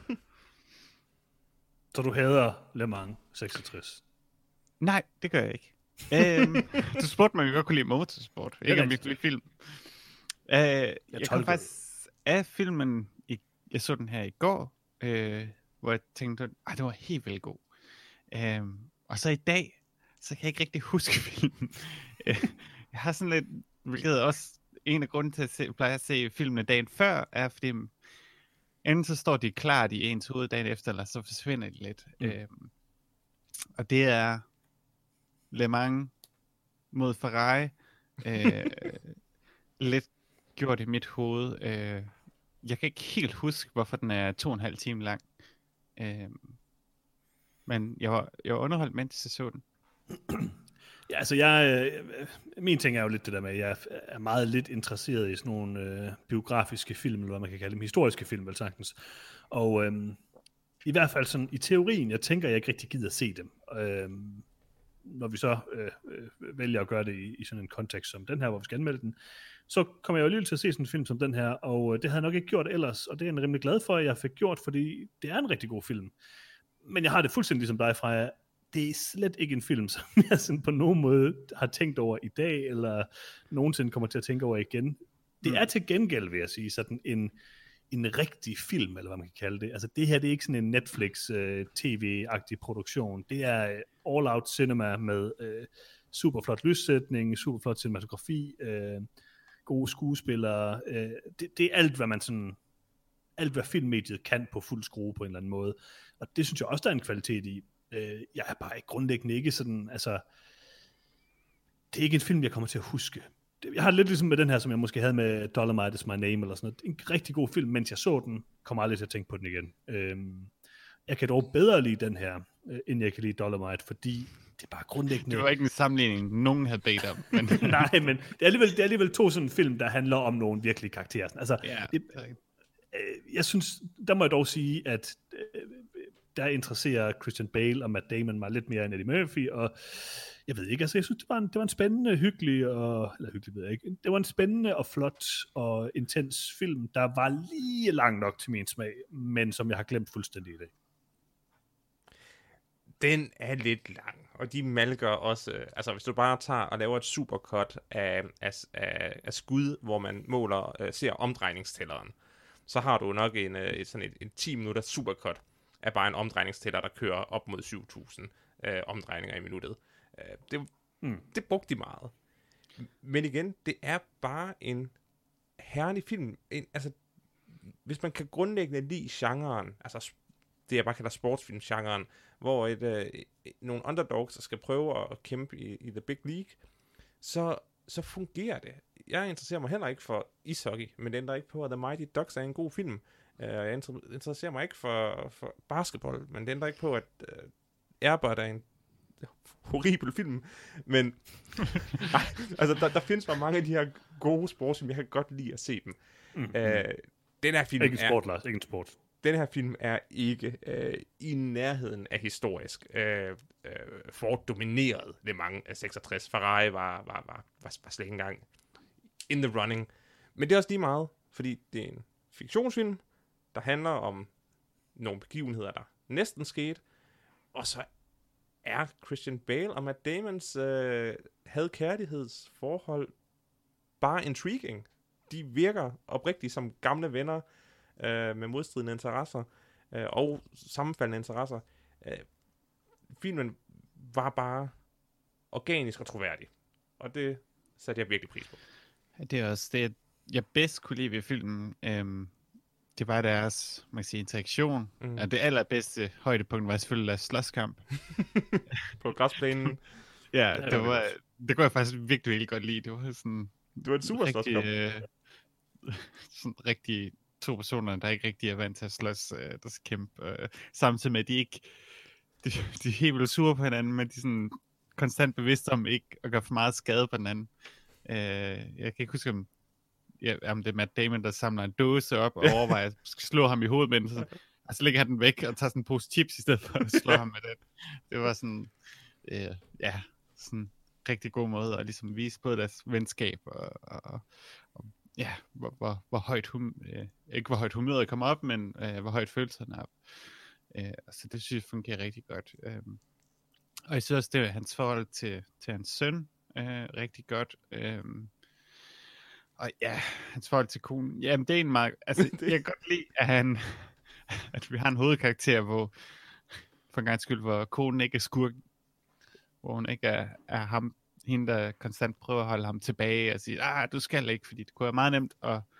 Så du hader Le Mans 66? Nej, det gør jeg ikke. Du spurgte mig, om jeg godt kunne lide motorsport, ikke om jeg kunne lide film. Jeg kom faktisk af filmen, jeg så den her i går, hvor jeg tænkte, det var helt vildt god. Og så i dag, så kan jeg ikke rigtig huske filmen. Jeg har sådan lidt, hvilket også en af grunden til at pleje at se filmene dagen før, er fordi enten så står de klart i ens hoved dagen efter, eller så forsvinder de lidt. Og det er Le Mans mod Ferrari. Lidt gjort i mit hoved. Jeg kan ikke helt huske, hvorfor den er 2,5 timer lang. Men jeg var underholdt, mens jeg så den. Ja, altså min ting er jo lidt det der med, at jeg er meget lidt interesseret i sådan nogle biografiske film, eller hvad man kan kalde dem, historiske film, vel sagtens. Og i hvert fald sådan i teorien, jeg tænker, jeg ikke rigtig gider at se dem. Når vi så vælger at gøre det i sådan en kontekst som den her, hvor vi skal anmelde den, så kommer jeg jo alligevel til at se sådan en film som den her, og det havde jeg nok ikke gjort ellers, og det er jeg rimelig glad for, at jeg fik gjort, fordi det er en rigtig god film. Men jeg har det fuldstændig ligesom dig, Freja. Det er slet ikke en film, som jeg sådan på nogen måde har tænkt over i dag, eller nogensinde kommer til at tænke over igen. Det er til gengæld, vil jeg sige, sådan en rigtig film, eller hvad man kan kalde det. Altså det her, det er ikke sådan en Netflix tv-agtig produktion. Det er all-out cinema med superflot lyssætning, superflot cinematografi, gode skuespillere. Det er alt, hvad man sådan, alt hvad filmmediet kan på fuld skrue på en eller anden måde. Og det synes jeg også, der er en kvalitet i. Jeg er bare grundlæggende ikke sådan, altså, det er ikke en film, jeg kommer til at huske. Jeg har lidt ligesom med den her, som jeg måske havde med Dolomite is my name, eller sådan noget. En rigtig god film, mens jeg så den, kommer aldrig til at tænke på den igen. Jeg kan dog bedre lide den her, end jeg kan lide Dolomite, fordi det er bare grundlæggende... Det var ikke en sammenligning, nogen havde bedt om. Men... Nej, men det er alligevel 2 sådan film, der handler om nogle virkelige karakterer. Altså, jeg synes, der må jeg dog sige, at der interesserer Christian Bale og Matt Damon mig lidt mere end Eddie Murphy, og jeg ved ikke, altså jeg synes, det var en spændende, hyggelig, ved jeg ikke, det var en spændende og flot og intens film, der var lige lang nok til min smag, men som jeg har glemt fuldstændig i dag. Den er lidt lang, og de malker også, altså hvis du bare tager og laver et supercut af skud, hvor man ser omdrejningstælleren, så har du nok en 10 minutter supercut af bare en omdrejningstæller, der kører op mod 7.000 omdrejninger i minuttet. Det brugte de meget. Men igen, det er bare en herlig film. Altså, hvis man kan grundlæggende lide genren, altså det jeg bare kalder sportsfilm-genren, hvor nogle underdogs, der skal prøve at kæmpe i The Big League, så fungerer det. Jeg interesserer mig heller ikke for ishockey, men det ændrer ikke på, at The Mighty Ducks er en god film. Jeg interesserer mig ikke for basketball, men det ændrer ikke på, at Airbud er en horribel film. Men altså, der findes bare mange af de her gode sportsfilm, jeg kan godt lide at se dem. Den her film ikke sport, Lars, ikke sport. Den her film er ikke i nærheden af historisk. Ford dominerede Le Mans af 66. Ferrari var slet ikke engang in the running. Men det er også lige meget, fordi det er en fiktionsfilm, der handler om nogle begivenheder, der næsten skete. Og så er Christian Bale og Matt Damons had-kærlighedsforhold bare intriguing. De virker oprigtigt som gamle venner, med modstridende interesser og sammenfaldende interesser. Filmen var bare organisk og troværdig. Og det satte jeg virkelig pris på. Det er også det, jeg bedst kunne lide ved filmen. Det var deres, man kan sige, interaktion. Det allerbedste højdepunkt var selvfølgelig deres slåskamp. På græsplænen. Ja, det kunne jeg faktisk virkelig godt lide. Det var sådan... Det var en super slåskamp. Sådan rigtig... to personer, der ikke rigtig er vant til at slås, der skal kæmpe, samtidig med, at de er helt vildt sure på hinanden, men de er sådan konstant bevidste om ikke at gøre for meget skade på hinanden. Jeg kan ikke huske, om det er Matt Damon, der samler en dåse op og overvejer at slå ham i hovedet med den, så lægger han den væk og tager sådan en pose chips i stedet for at slå ham med den. Det var sådan, sådan en rigtig god måde at ligesom vise på deres venskab og ja, hvor højt ikke hvor højt humøret kommer op, men hvor højt følelserne er op. Så det synes jeg fungerer rigtig godt. Og jeg synes også, det er hans forhold til hans søn rigtig godt. Og ja, hans forhold til konen. Jamen, det er en meget... Altså, jeg kan godt lide, at vi har en hovedkarakter, hvor for en gang skyld, hvor konen ikke er skurken. Hvor hun ikke er ham, hende, der konstant prøver at holde ham tilbage og sige, du skal ikke, fordi det kunne være meget nemt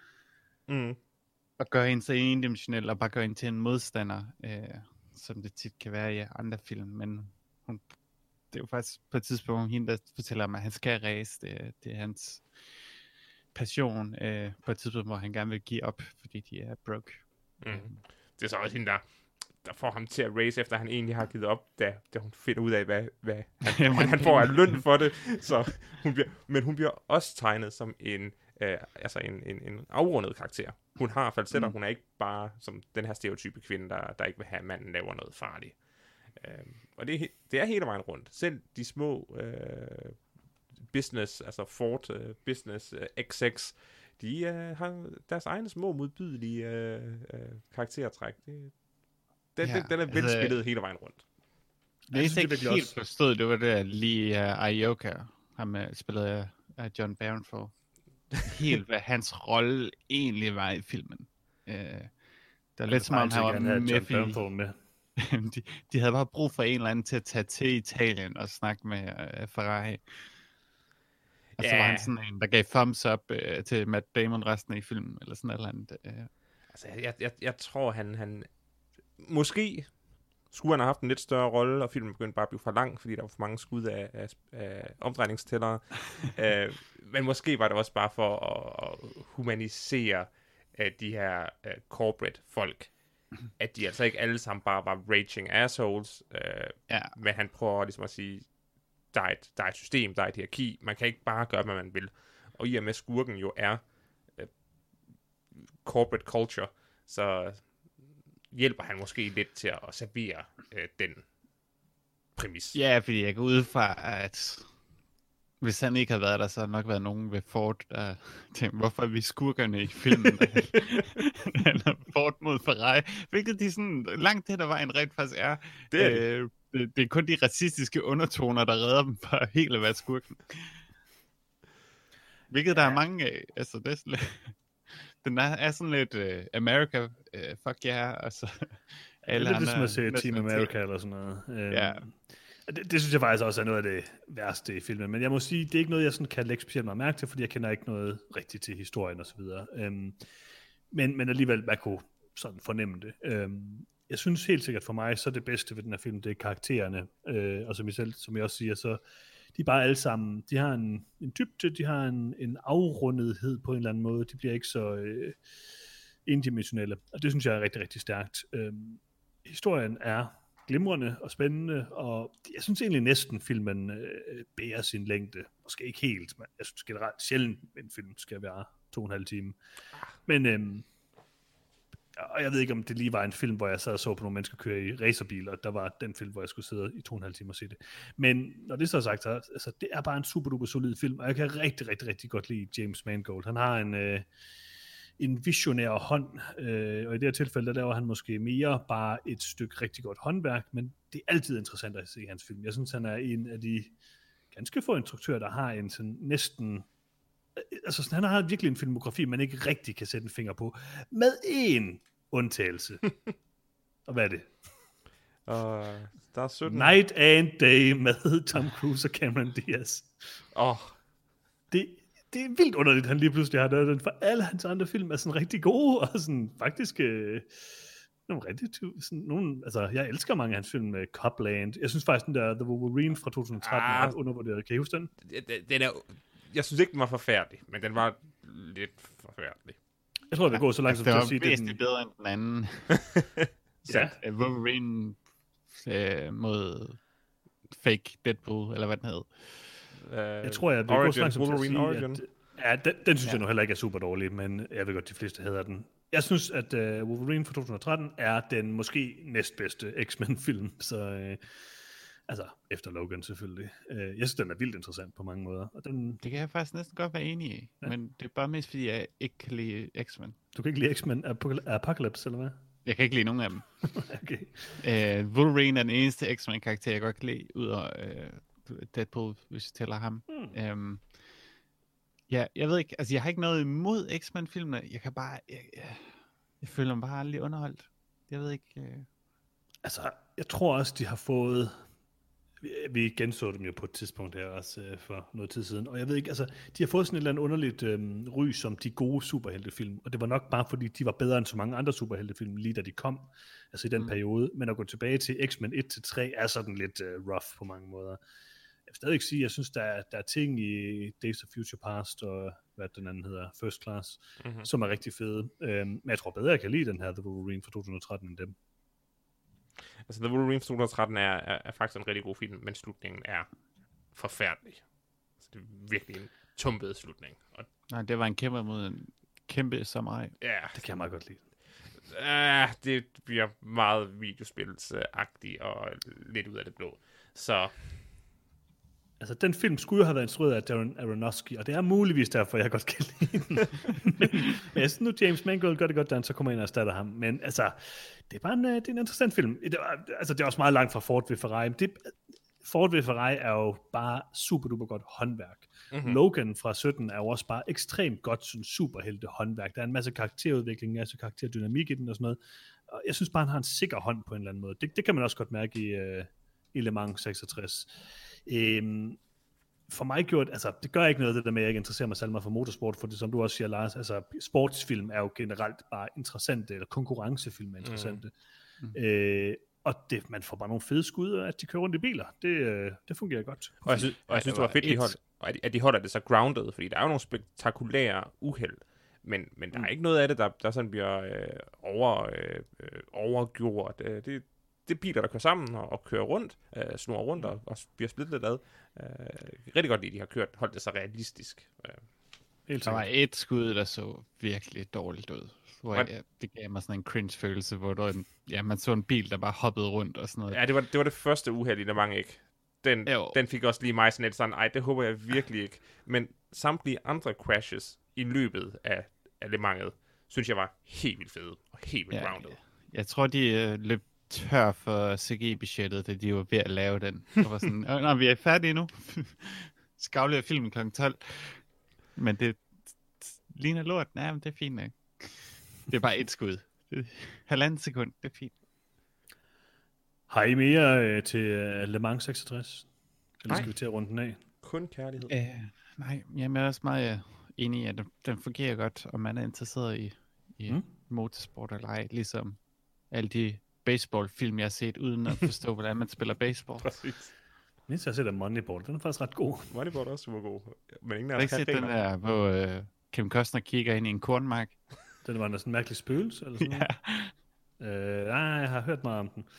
at gøre hende så endimensionel og bare gøre hende til en modstander, som det tit kan være i andre film. Men det er jo faktisk på et tidspunkt hende, der fortæller ham, at han skal race. Det er hans passion på et tidspunkt, hvor han gerne vil give op, fordi de er broke. Det er så også hende, der får ham til at race, efter han egentlig har givet op, da hun finder ud af, hvad han får af løn for det. Så hun bliver også tegnet som en afrundet karakter. Hun har falsetter, hun er ikke bare som den her stereotype kvinde, der ikke vil have, at manden laver noget farligt. Og det er hele vejen rundt. Selv de små business, altså Ford Business XX, de har deres egne små modbydelige karaktertræk. Den er velspillet hele vejen rundt. Jeg ikke helt forstået, det var det lige Ayoka, ham spillet af John Barenford. Helt hvad hans rolle egentlig var i filmen. Der er lidt som om han var med. De havde bare brug for en eller anden til at tage til Italien og snakke med Ferrari. Og så var han sådan en, der gav thumbs up til Matt Damon resten af filmen, eller sådan et eller andet. Altså, jeg tror, han måske skulle han have haft en lidt større rolle, og filmen begyndte bare at blive for lang, fordi der var for mange skud af omdrejningstællere. Men måske var det også bare for at humanisere de her corporate folk, at de altså ikke alle sammen bare var raging assholes, men han prøver ligesom at sige, der er et system, der er et hierarki, man kan ikke bare gøre, hvad man vil. Og i og med skurken jo er corporate culture, så hjælper han måske lidt til at servere den præmis. Ja, fordi jeg går ud fra, at hvis han ikke havde været der, så havde nok været nogen ved Ford, der tænkte, hvorfor er vi skurkerne i filmen? Eller Ford mod Ferrari. Hvilket de sådan langt hen ad vejen rent faktisk er. Det er kun de racistiske undertoner, der redder dem fra helt at være skurken. Hvilket der er mange af. Altså, det er den er sådan lidt America, fuck yeah, og så alle andre. Det er lidt som at se Team America eller sådan noget. Ja. Det synes jeg faktisk også er noget af det værste i filmen, men jeg må sige, det er ikke noget, jeg sådan kan lægge specielt meget mærke til, fordi jeg kender ikke noget rigtigt til historien og så videre. Men alligevel, man kunne sådan fornemme det. Jeg synes helt sikkert for mig, så det bedste ved den her film, det er karaktererne, og som jeg også siger, så de er bare alle sammen, de har en dybde, de har en afrundethed på en eller anden måde, de bliver ikke så indimensionelle, og det synes jeg er rigtig, rigtig stærkt. Historien er glimrende og spændende, og jeg synes egentlig næsten filmen bærer sin længde. Måske ikke helt, men jeg synes generelt sjældent en film skal være 2,5 timer. Men og jeg ved ikke, om det lige var en film, hvor jeg sad og så på nogle mennesker køre i racerbiler, og der var den film, hvor jeg skulle sidde i 2,5 timer og se det. Men når det så er sagt, så altså, det er bare en super duper solid film, og jeg kan rigtig, rigtig, rigtig godt lide James Mangold. Han har en visionær hånd, og i det her tilfælde, der laver han måske mere bare et stykke rigtig godt håndværk, men det er altid interessant at se hans film. Jeg synes, han er en af de ganske få instruktører, der har en sådan næsten, altså han har virkelig en filmografi, man ikke rigtig kan sætte en finger på, med én undtagelse. Og hvad er det? Der er 17. Night and Day med Tom Cruise og Cameron Diaz. Det er vildt underligt, han lige pludselig har den, for alle hans andre film er sådan rigtig gode, og sådan faktisk nogle rigtig nogle, altså jeg elsker mange af hans film med Copland. Jeg synes faktisk, den der The Wolverine fra 2013 er ret undervurderet. Kan I huske den? Den er, jeg synes ikke, den var forfærdelig, men den var lidt forfærdelig. Jeg tror, det går så langt som til at sige, det er væsentligt bedre end den anden. Ja. Wolverine mod fake Deadpool, eller hvad den hed. Jeg tror, det går så langt som til at sige, at, den synes jeg nu heller ikke er super dårlig, men jeg ved godt, de fleste hader den. Jeg synes, at Wolverine fra 2013 er den måske næstbedste X-Men-film, så altså efter Logan selvfølgelig. Jeg synes, den er vildt interessant på mange måder. Og den... Det kan jeg faktisk næsten godt være enig i, men det er bare mest, fordi jeg ikke kan lide X-Men. Du kan ikke lide X-Men Apocalypse, eller hvad? Jeg kan ikke lide nogen af dem. Okay. Wolverine er den eneste X-Men-karakter, jeg godt kan lide, ud af Deadpool, hvis jeg tæller ham. Ja, jeg ved ikke, altså jeg har ikke noget imod X-Men-filmene. Jeg kan bare, jeg føler mig bare aldrig underholdt. Jeg ved ikke. Altså, jeg tror også, de har fået, vi genså dem jo på et tidspunkt her også for noget tid siden, og jeg ved ikke, altså, de har fået sådan et eller andet underligt ry som de gode superheltefilm, og det var nok bare fordi, de var bedre end så mange andre superheltefilm, lige da de kom, altså i den periode, men at gå tilbage til X-Men 1-3 er sådan lidt rough på mange måder. Jeg vil stadig ikke sige, jeg synes, der er ting i Days of Future Past, og hvad den anden hedder, First Class, som er rigtig fede. Men jeg tror bedre, jeg kan lide den her The Wolverine fra 2013 end dem. Altså, The Wolverine fra 2013 er faktisk en rigtig god film, men slutningen er forfærdelig. Altså, det er virkelig en tumpet slutning. Og... Nej, det var en kæmpe mod en kæmpe samurai. Ja, det kan jeg meget godt lide. Det bliver meget videospilsagtigt og lidt ud af det blå. Så... Altså, den film skulle jo have været instrueret af Darren Aronofsky, og det er muligvis derfor, jeg godt kan lide den. men jeg synes nu, James Mangold gør det godt, da han så kommer ind og erstatter ham. Men altså, det er bare det er en interessant film. Det er også meget langt fra Ford v Ferrari. Ford v Ferrari er jo bare super duper godt håndværk. Logan fra 17 er jo også bare ekstremt godt sådan superhelte håndværk. Der er en masse karakterudvikling, en masse karakterdynamik i den og sådan noget. Og jeg synes bare, han har en sikker hånd på en eller anden måde. Det kan man også godt mærke i Le Mans 66. For mig det gør ikke noget det der med, at jeg ikke interesserer mig særlig meget for motorsport, for det, som du også siger, Lars, altså sportsfilm er jo generelt bare interessante, eller konkurrencefilm er interessante. Og man får bare nogle fede skud, at de kører rundt i biler. Det fungerer godt. Og jeg synes, det var fedt, at de holder det så grounded, fordi der er jo nogle spektakulære uheld, men der er ikke noget af det, der sådan bliver overgjort. Det er biler, der kører sammen og kører rundt, snurrer rundt og bliver splittet lidt ad. Rigtig godt lide, de har holdt det så realistisk. Der var et skud, der så virkelig dårligt ud. hvor det gav mig sådan en cringe-følelse, hvor man så en bil, der bare hoppede rundt og sådan noget. Ja, det var det første uheld i Le Mans, ikke? Den fik også lige mig sådan lidt sådan, ej, det håber jeg virkelig ikke. Men samtlige andre crashes i løbet af Le Mans'et, synes jeg var helt vildt fede og helt vildt grounded. Jeg tror, de løb tør for CG-budgettet, da de var ved at lave den. Og var sådan, vi er færdige nu. Skavler filmen kl. 12. Men det ligner lort. Nej, men det er fint, ikke? Det er bare et skud. 1,5 sekund, det er fint. Har I mere til Le Mans 66? Eller skal vi til at runde den af? Kun kærlighed. Nej, jeg er også meget enig i, at den fungerer godt, og man er interesseret i motorsport eller ej, ligesom alle de baseballfilm, jeg har set, uden at forstå, hvordan man spiller baseball. Præcis. Mindst jeg har set af Moneyball, den er faktisk ret god. Moneyball er også super god. Men ingen af os kan den der, hvor Kim Costner kigger ind i en kornmark. Den var en sådan mærkelig spøgelse, eller sådan noget. Nej, jeg har hørt meget om den.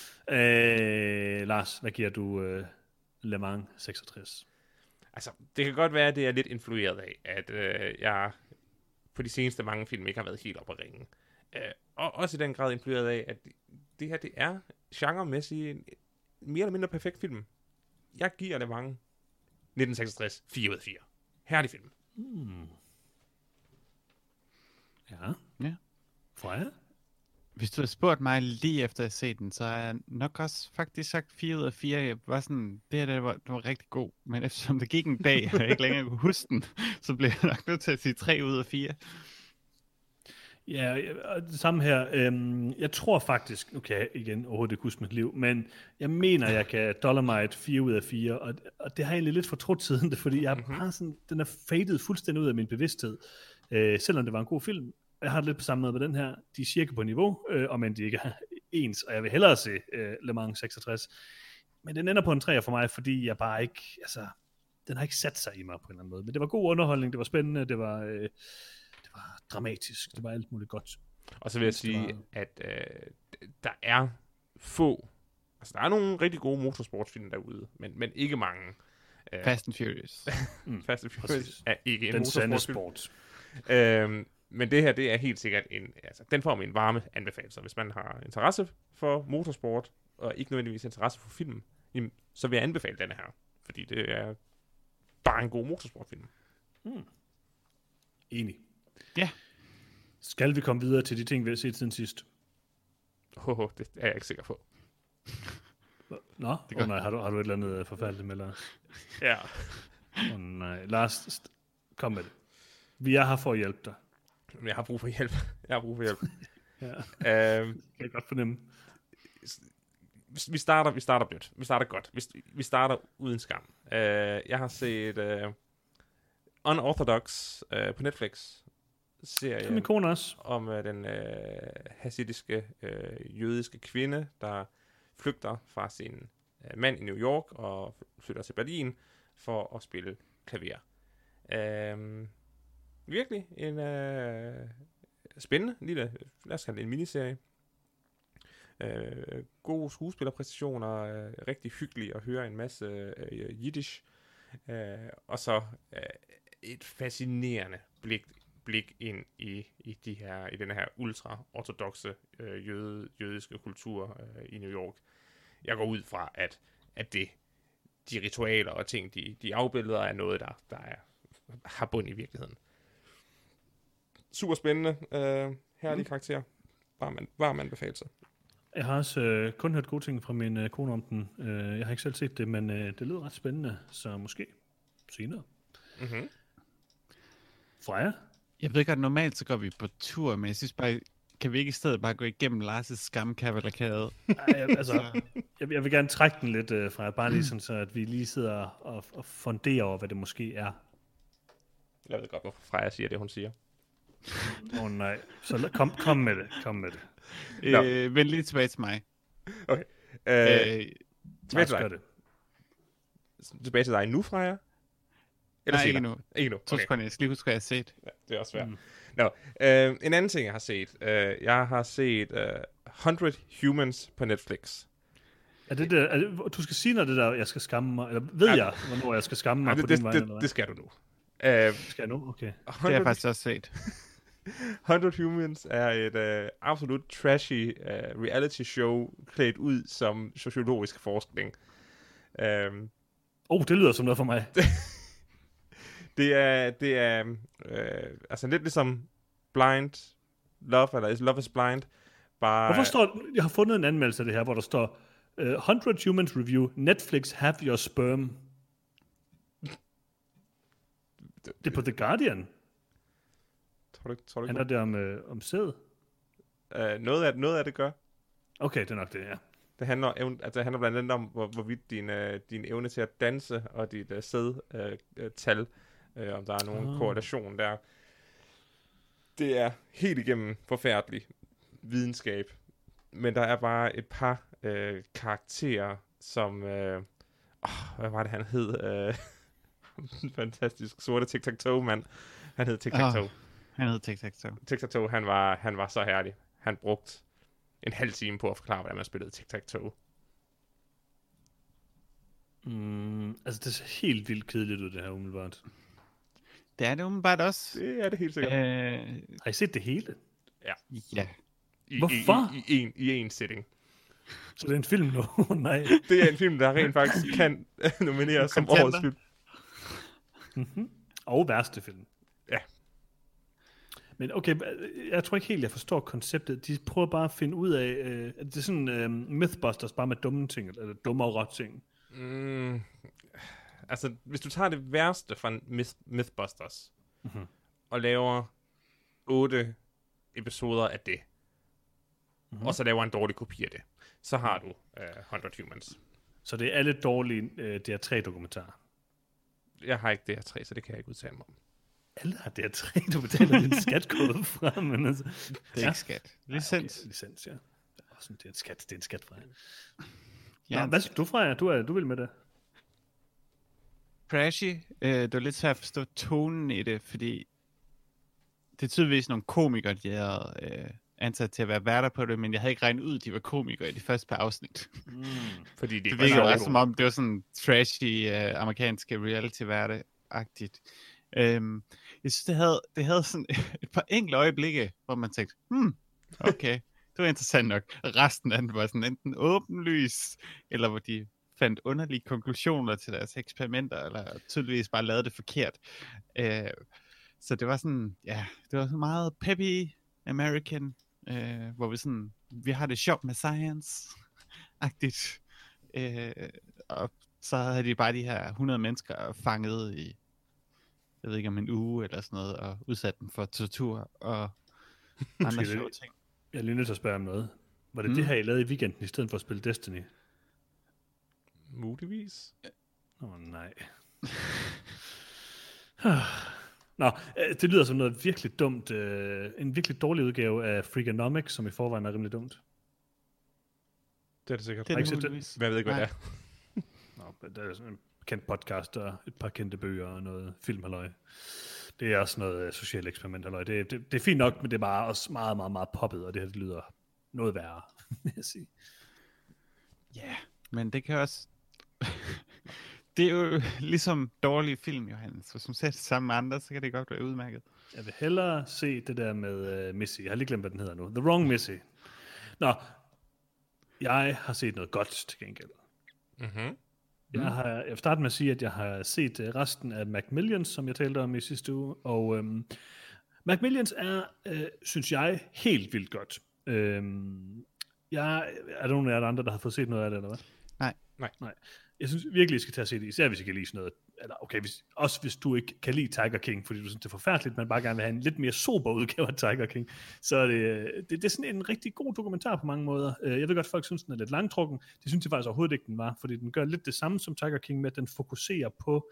Lars, hvad giver du Le Mans 66? Altså, det kan godt være, at det er lidt influeret af, at jeg på de seneste mange film ikke har været helt op at ringe. Og også i den grad influeret af, at det her, det er genremæssigt en mere eller mindre perfekt film. Jeg giver Le Mans 1966 4 ud af 4. Herlig film. Ja. Freja? Hvis du havde spurgt mig lige efter at have set den, så har jeg nok også faktisk sagt 4 ud af 4. Jeg var sådan, det var rigtig god. Men eftersom det gik en dag, og jeg ikke længere kunne huske den, så blev jeg nok nødt til at sige 3 ud af 4. Ja, det samme her. Jeg tror faktisk, nu kan jeg igen overhovedet ikke huske mit liv, men jeg mener, jeg kan Dolomite 4 ud af 4, og det har jeg egentlig lidt fortrudt siden det, fordi jeg har sådan, den er fadet fuldstændig ud af min bevidsthed, selvom det var en god film. Jeg har det lidt på samme måde med den her. De er cirka på niveau, men de ikke er ens, og jeg vil hellere se Le Mans 66. Men den ender på en 3'er for mig, fordi jeg bare ikke, altså, den har ikke sat sig i mig på en eller anden måde. Men det var god underholdning, det var spændende, det var dramatisk, det var alt muligt godt. Og så vil jeg sige, at der er få, altså der er nogle rigtig gode motorsportsfilm derude, men ikke mange. Fast and Furious. Fast and Furious er ikke en motorsportfilm. Men det her, det er helt sikkert den får mig en varme anbefaling. Hvis man har interesse for motorsport, og ikke nødvendigvis interesse for film, jamen, så vil jeg anbefale denne her. Fordi det er bare en god motorsportfilm. Enig. Ja. Skal vi komme videre til de ting, vi har set siden sidst? Det er jeg ikke sikker på. Nå, nej, har du et eller andet forfærdeligt med, Lars? Ja. Nej, Lars, kom med det. Vi er her for at hjælpe dig. Jeg har brug for hjælp. Ja. Kan jeg godt fornemme. Vi starter blødt. Vi starter godt. Vi starter uden skam. Jeg har set Unorthodox på Netflix. Serie min kone også. Om den hasidiske jødiske kvinde, der flygter fra sin mand i New York og flytter til Berlin for at spille klaver. Virkelig en spændende lille, lad os kalde det en miniserie. Gode skuespillerpræstationer, rigtig hyggelig at høre en masse jiddisch, og så et fascinerende blik ind i den her ultra-ortodokse jødiske kultur i New York. Jeg går ud fra, at de ritualer og ting, de afbilleder, er noget, der har bund i virkeligheden. Super spændende, herlig karakter. Varm anbefaling. Jeg har også kun hørt gode ting fra min kone om den. Jeg har ikke selv set det, men det lyder ret spændende, så måske senere. Mm-hmm. Freja? Jeg ved godt, normalt så går vi på tur, men jeg synes bare, kan vi ikke i stedet bare gå igennem Lars' skamkavalkade? Jeg vil gerne trække den lidt fra bare lige sådan, så at vi lige sidder og funderer over, hvad det måske er. Jeg ved godt, hvorfor Freja siger det, hun siger. Nej, så kom med det. Vend lige tilbage til mig. Okay. Tilbage til dig. Tilbage til dig nu, Freja? Eller nej, ikke nu. Ikke nu. Okay. Jeg skal lige huske, hvad jeg har set. Ja, det er også svært. En anden ting, jeg har set. Jeg har set 100 Humans på Netflix. Er det du skal sige, når det der, jeg skal skamme mig, eller ved jeg, hvornår jeg skal skamme mig på din vej? Det skal du nu. Skal jeg nu? Okay. Det har jeg faktisk også set. 100 Humans er et absolut trashy reality show, klædt ud som sociologisk forskning. Det lyder som noget for mig. det er altså lidt ligesom Blind Love, eller Love is Blind. Bare... Hvorfor står... Jeg har fundet en anmeldelse af det her, hvor der står 100 Humans Review, Netflix have your sperm. Det er på The Guardian. Tror du handler det om sæd? Noget af det gør. Okay, det er nok det, ja. Det handler blandt andet om, hvorvidt din evne til at danse og dit sædtal, om der er nogen korrelation der. Det er helt igennem forfærdelig videnskab. Men der er bare et par karakterer, som... hvad var det, han hed? Fantastisk sorte tic-tac-toe-mand. Han hed Tic-tac-toe. Han hed Tic-tac-toe. Tic-tac-toe, han var så herlig. Han brugte en halv time på at forklare, hvordan man spillede tic-tac-toe. Altså, det ser helt vildt kedeligt ud, det her umiddelbart. Det er det umiddelbart også. Det er det helt sikkert. Har I set det hele? Ja. Hvorfor? I en setting. Så det er en film nu? Nej. Det er en film, der rent faktisk kan nomineres som årets film. Mm-hmm. Og værste film. Ja. Men okay, jeg tror ikke helt, jeg forstår konceptet. De prøver bare at finde ud af, at det er sådan Mythbusters, bare med dumme ting, eller dummere ting. Altså, hvis du tager det værste fra Mythbusters, og laver 8 episoder af det, og så laver en dårlig kopi af det, så har du 100 Humans. Så det er alle dårlige DR3-dokumentarer? Jeg har ikke DR3, så det kan jeg ikke udtale mig om. Alle har DR3, du betaler din skatkode fra, men altså... Det er ikke skat. Licens. Okay, licens, ja. Det er en skat, det er en skat fra. Ja, hvad synes du, Freja? Du vil med det? Trashy. Det var lidt svært at forstå tonen i det, fordi det er tydeligvis nogle komikere, de havde ansat til at være værter på det, men jeg havde ikke regnet ud, at de var komikere i de første par afsnit. Fordi det virkede også som om, det var sådan trashy amerikanske reality-værte-agtigt. Jeg synes, det havde sådan et par enkelte øjeblikke, hvor man tænkte, okay, det var interessant nok. Resten af den var sådan enten åbenlys, eller hvor de fandt underlige konklusioner til deres eksperimenter, eller tydeligvis bare lavede det forkert. Så det var sådan, det var sådan meget peppy American, hvor vi har det sjovt med science-agtigt. Og så havde de bare de her 100 mennesker fanget i, jeg ved ikke om en uge eller sådan noget, og udsat dem for tortur og andre sjove ting. Jeg er lige nødt til at spørge om noget. Var det det her, I lavede i weekenden, i stedet for at spille Destiny? Muligvis. Nej. Nå, det lyder som noget virkelig dumt. En virkelig dårlig udgave af Freakonomics, som i forvejen er rimelig dumt. Det er det sikkert. Det er det muligvis. Jeg ved ikke, hvad det er. Nå, der er sådan en kendt podcast og et par kendte bøger og noget filmhalløj. Det er også noget socialt eksperiment halløj. Det er fint nok, men det er bare også meget, meget, meget poppet, og det her det lyder noget værre, vil jeg sige. Ja, men det kan også... Det er jo ligesom dårlige film, Johannes. Hvis man ser det sammen med andre, så kan det godt være udmærket. Jeg vil hellere se det der med Missy. Jeg har lige glemt, hvad den hedder nu. The Wrong Missy. Nå, jeg har set noget godt til gengæld. Jeg vil starte med at sige, at jeg har set resten af Macmillions, som jeg talte om i sidste uge. Og Macmillions er, synes jeg, helt vildt godt. Er der nogen af jer andre, der har fået set noget af det, eller hvad? Nej. Jeg synes virkelig, I skal tage at se det, især hvis I kan lide sådan noget. Eller okay, også hvis du ikke kan lide Tiger King, fordi du synes, det er forfærdeligt, men bare gerne vil have en lidt mere sober udgave af Tiger King, så er det er sådan en rigtig god dokumentar på mange måder. Jeg ved godt, folk synes, den er lidt langtrukken. Det synes jeg faktisk overhovedet ikke, den var, fordi den gør lidt det samme som Tiger King, med at den fokuserer på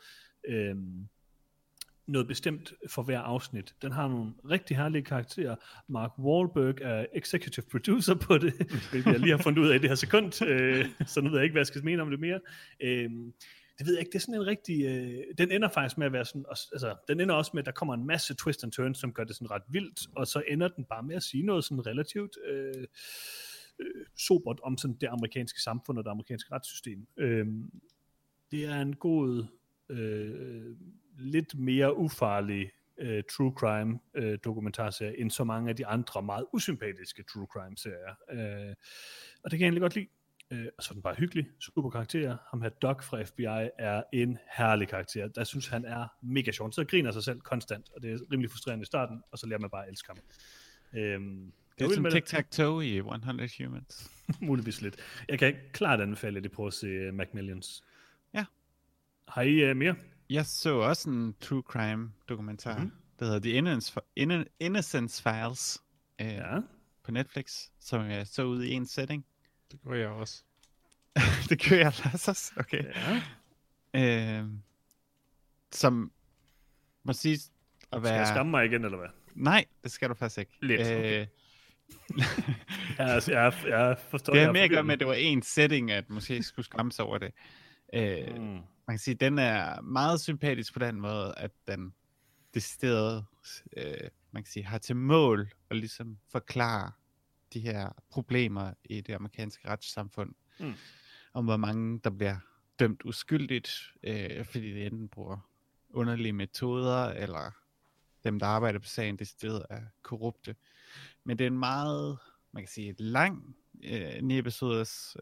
noget bestemt for hver afsnit. Den har nogle rigtig herlige karakterer. Mark Wahlberg er executive producer på det, hvilket jeg lige har fundet ud af i det her sekund, så nu ved jeg ikke, hvad jeg skal mene om det mere. Det ved jeg ikke, det er sådan en rigtig... den ender faktisk med at være sådan... Altså, den ender også med, at der kommer en masse twist and turns, som gør det sådan ret vildt, og så ender den bare med at sige noget sådan relativt sobert om sådan det amerikanske samfund og det amerikanske retssystem. Det er en god... lidt mere ufarlig true crime dokumentarserie end så mange af de andre meget usympatiske true crime serier. Og det kan jeg egentlig godt lide. Og så er den bare hyggelig, super karakter. Ham her Doc fra FBI er en herlig karakter. Jeg synes, han er mega sjov. Så griner sig selv konstant, og det er rimelig frustrerende i starten, og så lærer man bare at elske ham. Det er som Tic-Tac-Toe i 100 Humans. Muligvis lidt. Jeg kan klart anbefale, at I prøver at se Macmillions. Ja. Har I mere? Jeg så også en true crime dokumentar, der hedder The Innocence Files på Netflix, som jeg så ud i en setting. Det gør jeg også. Det gør jeg også? Okay. Ja. Som må siges at være... Skal jeg skamme mig igen, eller hvad? Nej, det skal du faktisk ikke. Lidt, okay. jeg forstår. Det er mere godt med, at det var en setting, at måske skulle skamme sig over det. Man kan sige, at den er meget sympatisk på den måde, at den decideret, man kan sige, har til mål at ligesom forklare de her problemer i det amerikanske retssamfund, om hvor mange der bliver dømt uskyldigt, fordi de enten bruger underlige metoder, eller dem, der arbejder på sagen, decideret er korrupte. Men det er en meget, man kan sige, et lang 9 episoders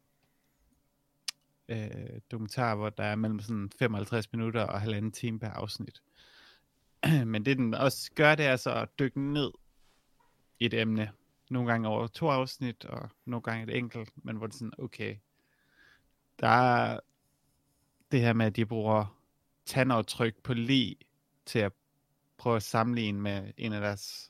dokumentar, hvor der er mellem sådan 55 minutter og 1,5 time per afsnit. Men det den også gør, det er så at dykke ned i et emne. Nogle gange over 2 afsnit, og nogle gange et enkelt, men hvor det sådan, okay, der er det her med, at de bruger tandaftryk på lig til at prøve at sammenligne med en af deres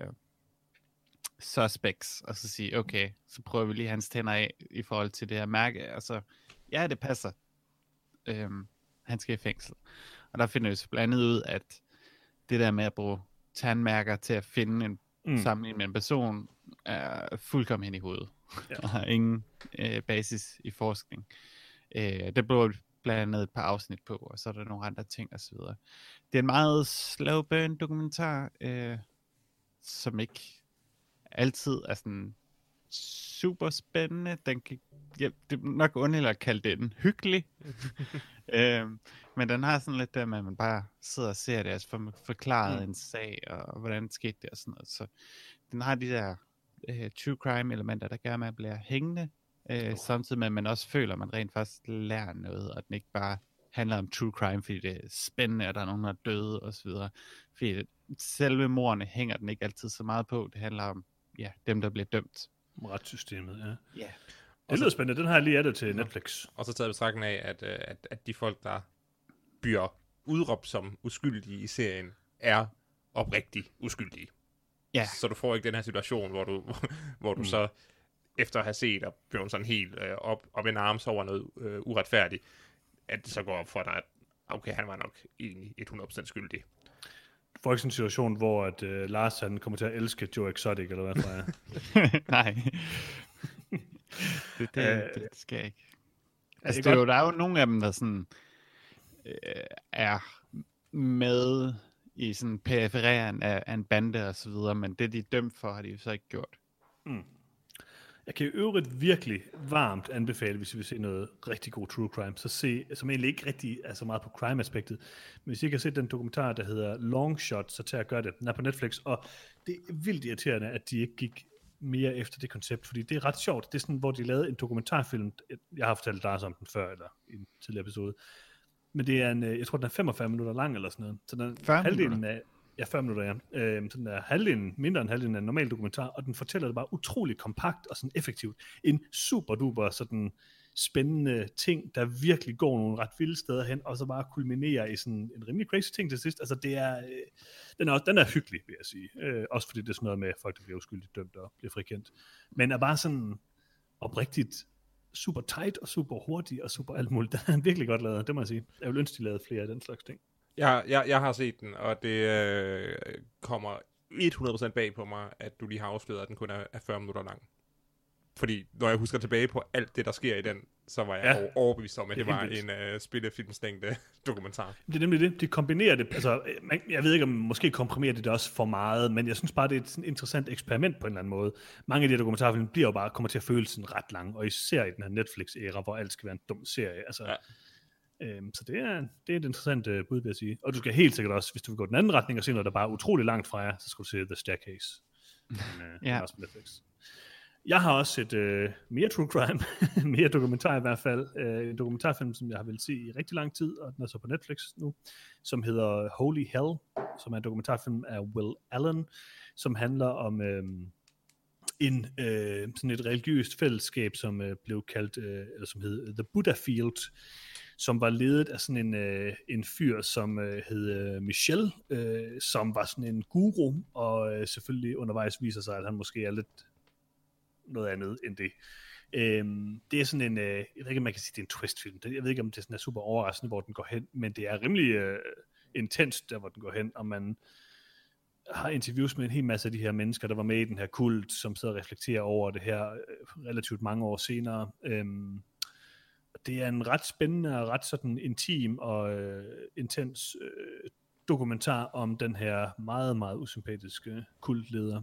suspects, og så sige, okay, så prøver vi lige hans tænder af i forhold til det her mærke, og så, ja, det passer. Han skal i fængsel. Og der finder vi så blandt andet ud, at det der med at bruge tandmærker til at finde en sammenligning med en person, er fuldkommen hen i hovedet. Ja. Og har ingen basis i forskning. Det blev blandt andet et par afsnit på, og så er der nogle andre ting osv. Det er en meget slow burn dokumentar, som ikke altid er sådan super spændende. Den kan, det er nok underligt at kalde det en hyggelig. Men den har sådan lidt der med, at man bare sidder og ser det, altså forklaret en sag, og hvordan skete det og sådan noget. Så den har de der true crime elementer, der gør, at man bliver hængende, samtidig med, at man også føler, at man rent faktisk lærer noget, og den ikke bare handler om true crime, fordi det er spændende, at der er nogen, der er døde og så videre. Fordi selve mordene hænger den ikke altid så meget på. Det handler om, ja, dem, der bliver dømt. Retssystemet, ja. Ja. Det lyder spændende. Den har jeg lige addet til Netflix. Og så taget betragtning af, at de folk, der bliver udråbt som uskyldige i serien, er oprigtigt uskyldige. Ja. Så du får ikke den her situation, hvor du så, efter at have set og blevet sådan helt op en arms over noget uretfærdigt, at det så går op for dig, at okay, han var nok egentlig 100% skyldig. Du får ikke sådan en situation, hvor at, Lars han kommer til at elske Joe Exotic, eller hvad for jeg? Nej. det skal jeg ikke. Altså, der er jo nogle af dem, der sådan er med i sådan periferien af en bande og så videre, men det de er dømt for, har de jo så ikke gjort. Jeg kan i øvrigt virkelig varmt anbefale, hvis I vil se noget rigtig god true crime, så se, som egentlig ikke rigtig er så meget på crime-aspektet, men hvis I kan se den dokumentar, der hedder Long Shot, så tag at gøre det. Den er på Netflix, og det er vildt irriterende, at de ikke gik mere efter det koncept, fordi det er ret sjovt. Det er sådan, hvor de lavede en dokumentarfilm, jeg har fortalt dig om den før, eller i en tidligere episode, men det er jeg tror, den er 45 minutter lang, eller sådan noget. Så den halvdelen af 40 minutter, ja. Så den er mindre end halvdelen af en normal dokumentar, og den fortæller det bare utroligt kompakt og sådan effektivt. En super duper sådan spændende ting, der virkelig går nogle ret vilde steder hen, og så bare kulminerer i sådan en rimelig crazy ting til sidst. Altså det er, den er hyggelig, vil jeg sige. Også fordi det er sådan noget med folk, der bliver uskyldigt dømt og bliver frikendt. Men er bare sådan oprigtigt super tight og super hurtig og super alt muligt. Den er virkelig godt lavet, det må jeg sige. Jeg vil ønske, de lavede flere af den slags ting. Jeg har set den, og det kommer 100% bag på mig, at du lige har afsløret, at den kun er 40 minutter lang. Fordi når jeg husker tilbage på alt det, der sker i den, så var jeg overbevist om, at det var en spillefilmslængde dokumentar. Det er nemlig det. De kombinerer det. Altså, jeg ved ikke, om måske komprimerer det også for meget, men jeg synes bare, det er et sådan interessant eksperiment på en eller anden måde. Mange af de her dokumentarfilm bliver jo bare kommer til at føles sådan ret lange, og især i den her Netflix-æra, hvor alt skal være en dum serie. Altså, Så det er et interessant bud, vil jeg sige. Og du skal helt sikkert også, hvis du vil gå den anden retning og se noget, der bare er utrolig langt fra jer, så skal du se The Staircase. Den også på Netflix. Jeg har også et mere true crime, mere dokumentar i hvert fald, en dokumentarfilm, som jeg har vel set i rigtig lang tid, og den er så på Netflix nu, som hedder Holy Hell, som er en dokumentarfilm af Will Allen, som handler om sådan et religiøst fællesskab, som blev kaldt, eller som hed The Buddha Field, som var ledet af sådan en fyr, som hed Michel, som var sådan en guru, og selvfølgelig undervejs viser sig, at han måske er lidt noget andet end det. Det er sådan en, jeg ved ikke, om man kan sige, det er en twistfilm. Jeg ved ikke, om det sådan er super overraskende, hvor den går hen, men det er rimelig intenst, der hvor den går hen, og man har interviews med en hel masse af de her mennesker, der var med i den her kult, som sidder og reflekterer over det her relativt mange år senere. Det er en ret spændende og ret sådan intim og intens dokumentar om den her meget, meget usympatiske kultleder.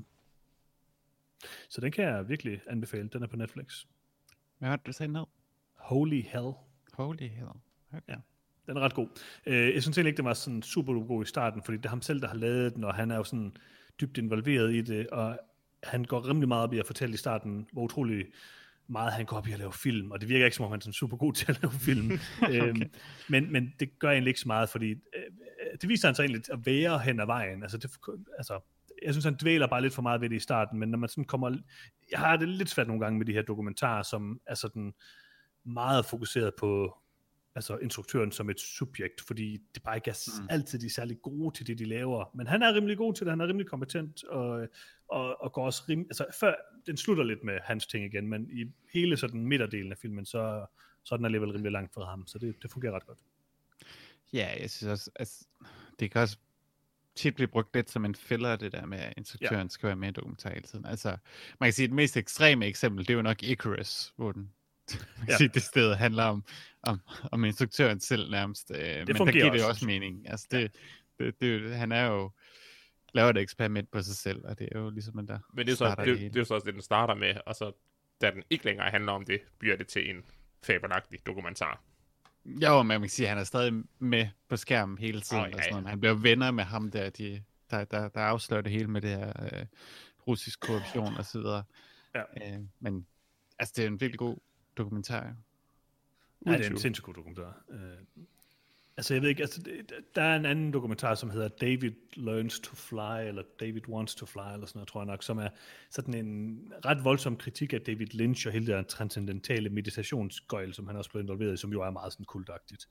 Så den kan jeg virkelig anbefale. Den er på Netflix. Hvad har du sagt ned? Holy Hell. Holy Hell. Okay. Ja, den er ret god. Jeg synes egentlig ikke, den var sådan super god i starten, fordi det er ham selv, der har lavet den, og han er jo sådan dybt involveret i det, og han går rimelig meget op i at fortælle i starten, hvor utrolig meget han går op i at lave film, og det virker ikke som om han er sådan super god til at lave film. Okay. Men det gør egentlig ikke så meget, fordi det viser han så egentlig at være hen ad vejen. Altså, jeg synes, han dvæler bare lidt for meget ved det i starten, men når man sådan kommer... Jeg har det lidt svært nogle gange med de her dokumentarer, som er sådan meget fokuseret på instruktøren som et subjekt, fordi det bare ikke er altid de er særlig gode til det, de laver. Men han er rimelig god til det, han er rimelig kompetent, og går også rimelig... Altså, før den slutter lidt med hans ting igen, men i hele sådan midterdelen af filmen, så er den alligevel rimelig langt fra ham, så det fungerer ret godt. Ja, jeg synes også, altså, det kan også tit blive brugt lidt som en filler, det der med, at instruktøren skal være med i dokumentar hele tiden. Altså, man kan sige, at det mest ekstreme eksempel, det er jo nok Icarus, hvor den det sted handler om instruktøren selv nærmest. Men der giver det også mening. Altså, han er jo laver et eksperiment på sig selv, og det er jo ligesom, der men det er jo så også det, den starter med, og så da den ikke længere handler om det, bliver det til en fabelagtig dokumentar. Jo, men man kan sige, at han er stadig med på skærmen hele tiden. Og sådan noget. Han bliver venner med ham der afslører det hele med det her russisk korruption og så videre. Ja. Men altså, det er en virkelig god dokumentar. Ja, det er en sindssygt god dokumentar. Altså, jeg ved ikke, der er en anden dokumentar, som hedder David Learns to Fly, eller David Wants to Fly, eller sådan noget, tror jeg nok, som er sådan en ret voldsom kritik af David Lynch og hele det der transcendentale meditationsgøjl, som han også blev involveret i, som jo er meget sådan kultagtigt.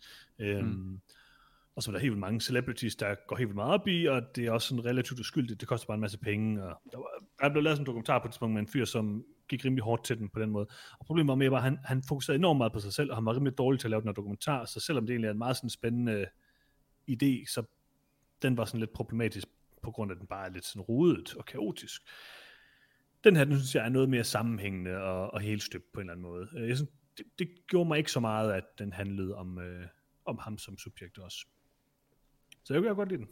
Og så er der helt mange celebrities, der går helt meget op i, og det er også sådan relativt uskyldigt, det koster bare en masse penge, og der blev lavet sådan en dokumentar på et tidspunkt med en fyr, som gik rimelig hårdt til den på den måde. Og problemet var med, at han fokuserede enormt meget på sig selv, og han var rimelig dårlig til at lave den her dokumentar, så selvom det egentlig er en meget sådan spændende idé, så den var sådan lidt problematisk, på grund af, at den bare er lidt sådan rodet og kaotisk. Den her, den synes jeg, er noget mere sammenhængende og helt støbt på en eller anden måde. Jeg synes, det gjorde mig ikke så meget, at den handlede om ham som subjekt også. Så jeg kan godt lide den.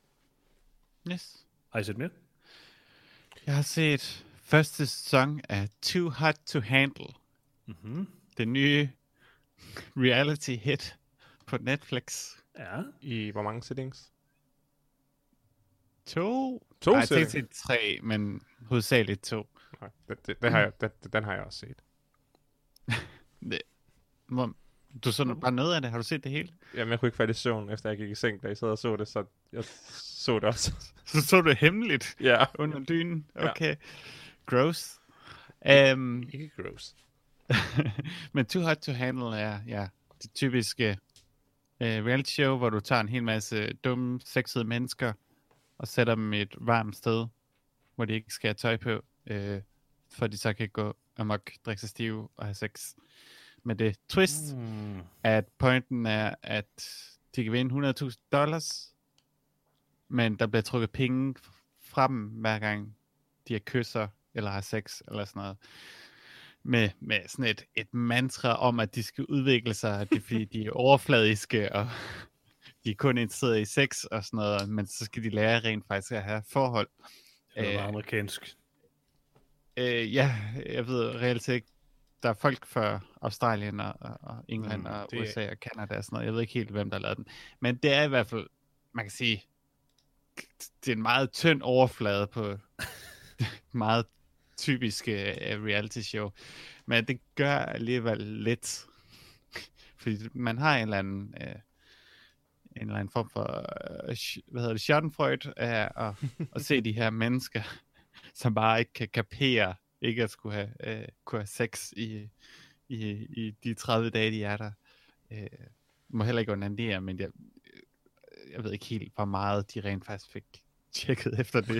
Yes. Har I set mere? Jeg har set første sæson af Too Hot to Handle. Mm-hmm. Det nye reality hit på Netflix. Ja. I hvor mange settings? 2? Nej, jeg tænkte set 3, men hovedsageligt 2. Nej, den har jeg også set. Du så bare noget af det? Har du set det hele? Jamen, jeg kunne ikke falde i søvn, efter jeg gik i seng, da jeg sad og så det, så jeg så det også. Så det hemmeligt? Ja. Under dynen? Okay. Ja. Gross. Ikke gross. Men Too Hot to Handle er det typiske reality show, hvor du tager en hel masse dumme, sexede mennesker og sætter dem i et varmt sted, hvor de ikke skal have tøj på, for de så kan gå amok, drikke sig stive og have sex. Med det twist, at pointen er, at de kan vinde $100,000, men der bliver trukket penge fra dem, hver gang de har kysser eller har sex eller sådan noget. Med sådan et mantra om, at de skal udvikle sig, at fordi de er overfladiske, og de er kun interesseret i sex og sådan noget, men så skal de lære rent faktisk at have forhold. Det var amerikansk. Ja, jeg ved reelt ikke der er folk fra Australien og England og USA og Canada og sådan noget. Jeg ved ikke helt, hvem der har lavet den. Men det er i hvert fald, man kan sige, det er en meget tynd overflade på meget typiske reality show. Men det gør alligevel lidt, fordi man har en eller anden form for schadenfreude af at se de her mennesker, som bare ikke kan kapere ikke at skulle have sex i de 30 dage, de er der. Må heller ikke onanere, men jeg ved ikke helt, hvor meget de rent faktisk fik tjekket efter det.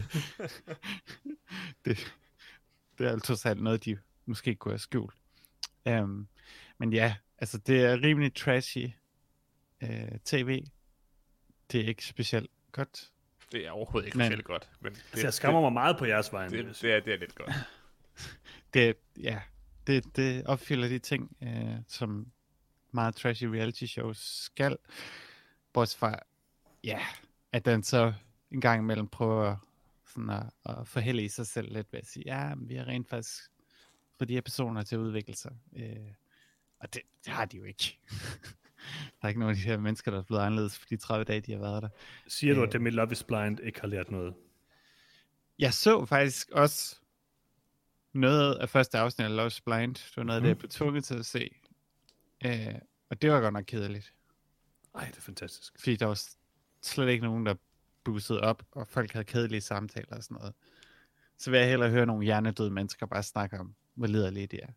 Det er altså noget, de måske kunne have skjult. Men ja, altså det er rimelig trashy tv. Det er ikke specielt godt. Det er overhovedet ikke specielt godt. Men altså, jeg skammer mig meget på jeres vejen. Det er lidt godt. Det opfylder de ting, som meget trashy reality shows skal. Bortset fra, at den så en gang imellem prøver sådan at forhælde sig selv lidt ved at sige, vi har rent faktisk fået de her personer til at udvikle sig. Og det har de jo ikke. Der er ikke nogen af de her mennesker, der er blevet anderledes for de 30 dage, de har været der. Siger du, at det med Love is Blind ikke har lært noget? Jeg så faktisk også noget af første afsnit af Love is Blind. Det var noget, det jeg blev tvunget til at se. Og det var godt nok kedeligt. Ej, det er fantastisk. Fordi der var slet ikke nogen, der boostede op, og folk havde kedelige samtaler og sådan noget. Så vil jeg hellere høre nogle hjernedøde mennesker bare snakke om, hvor liderlige de er.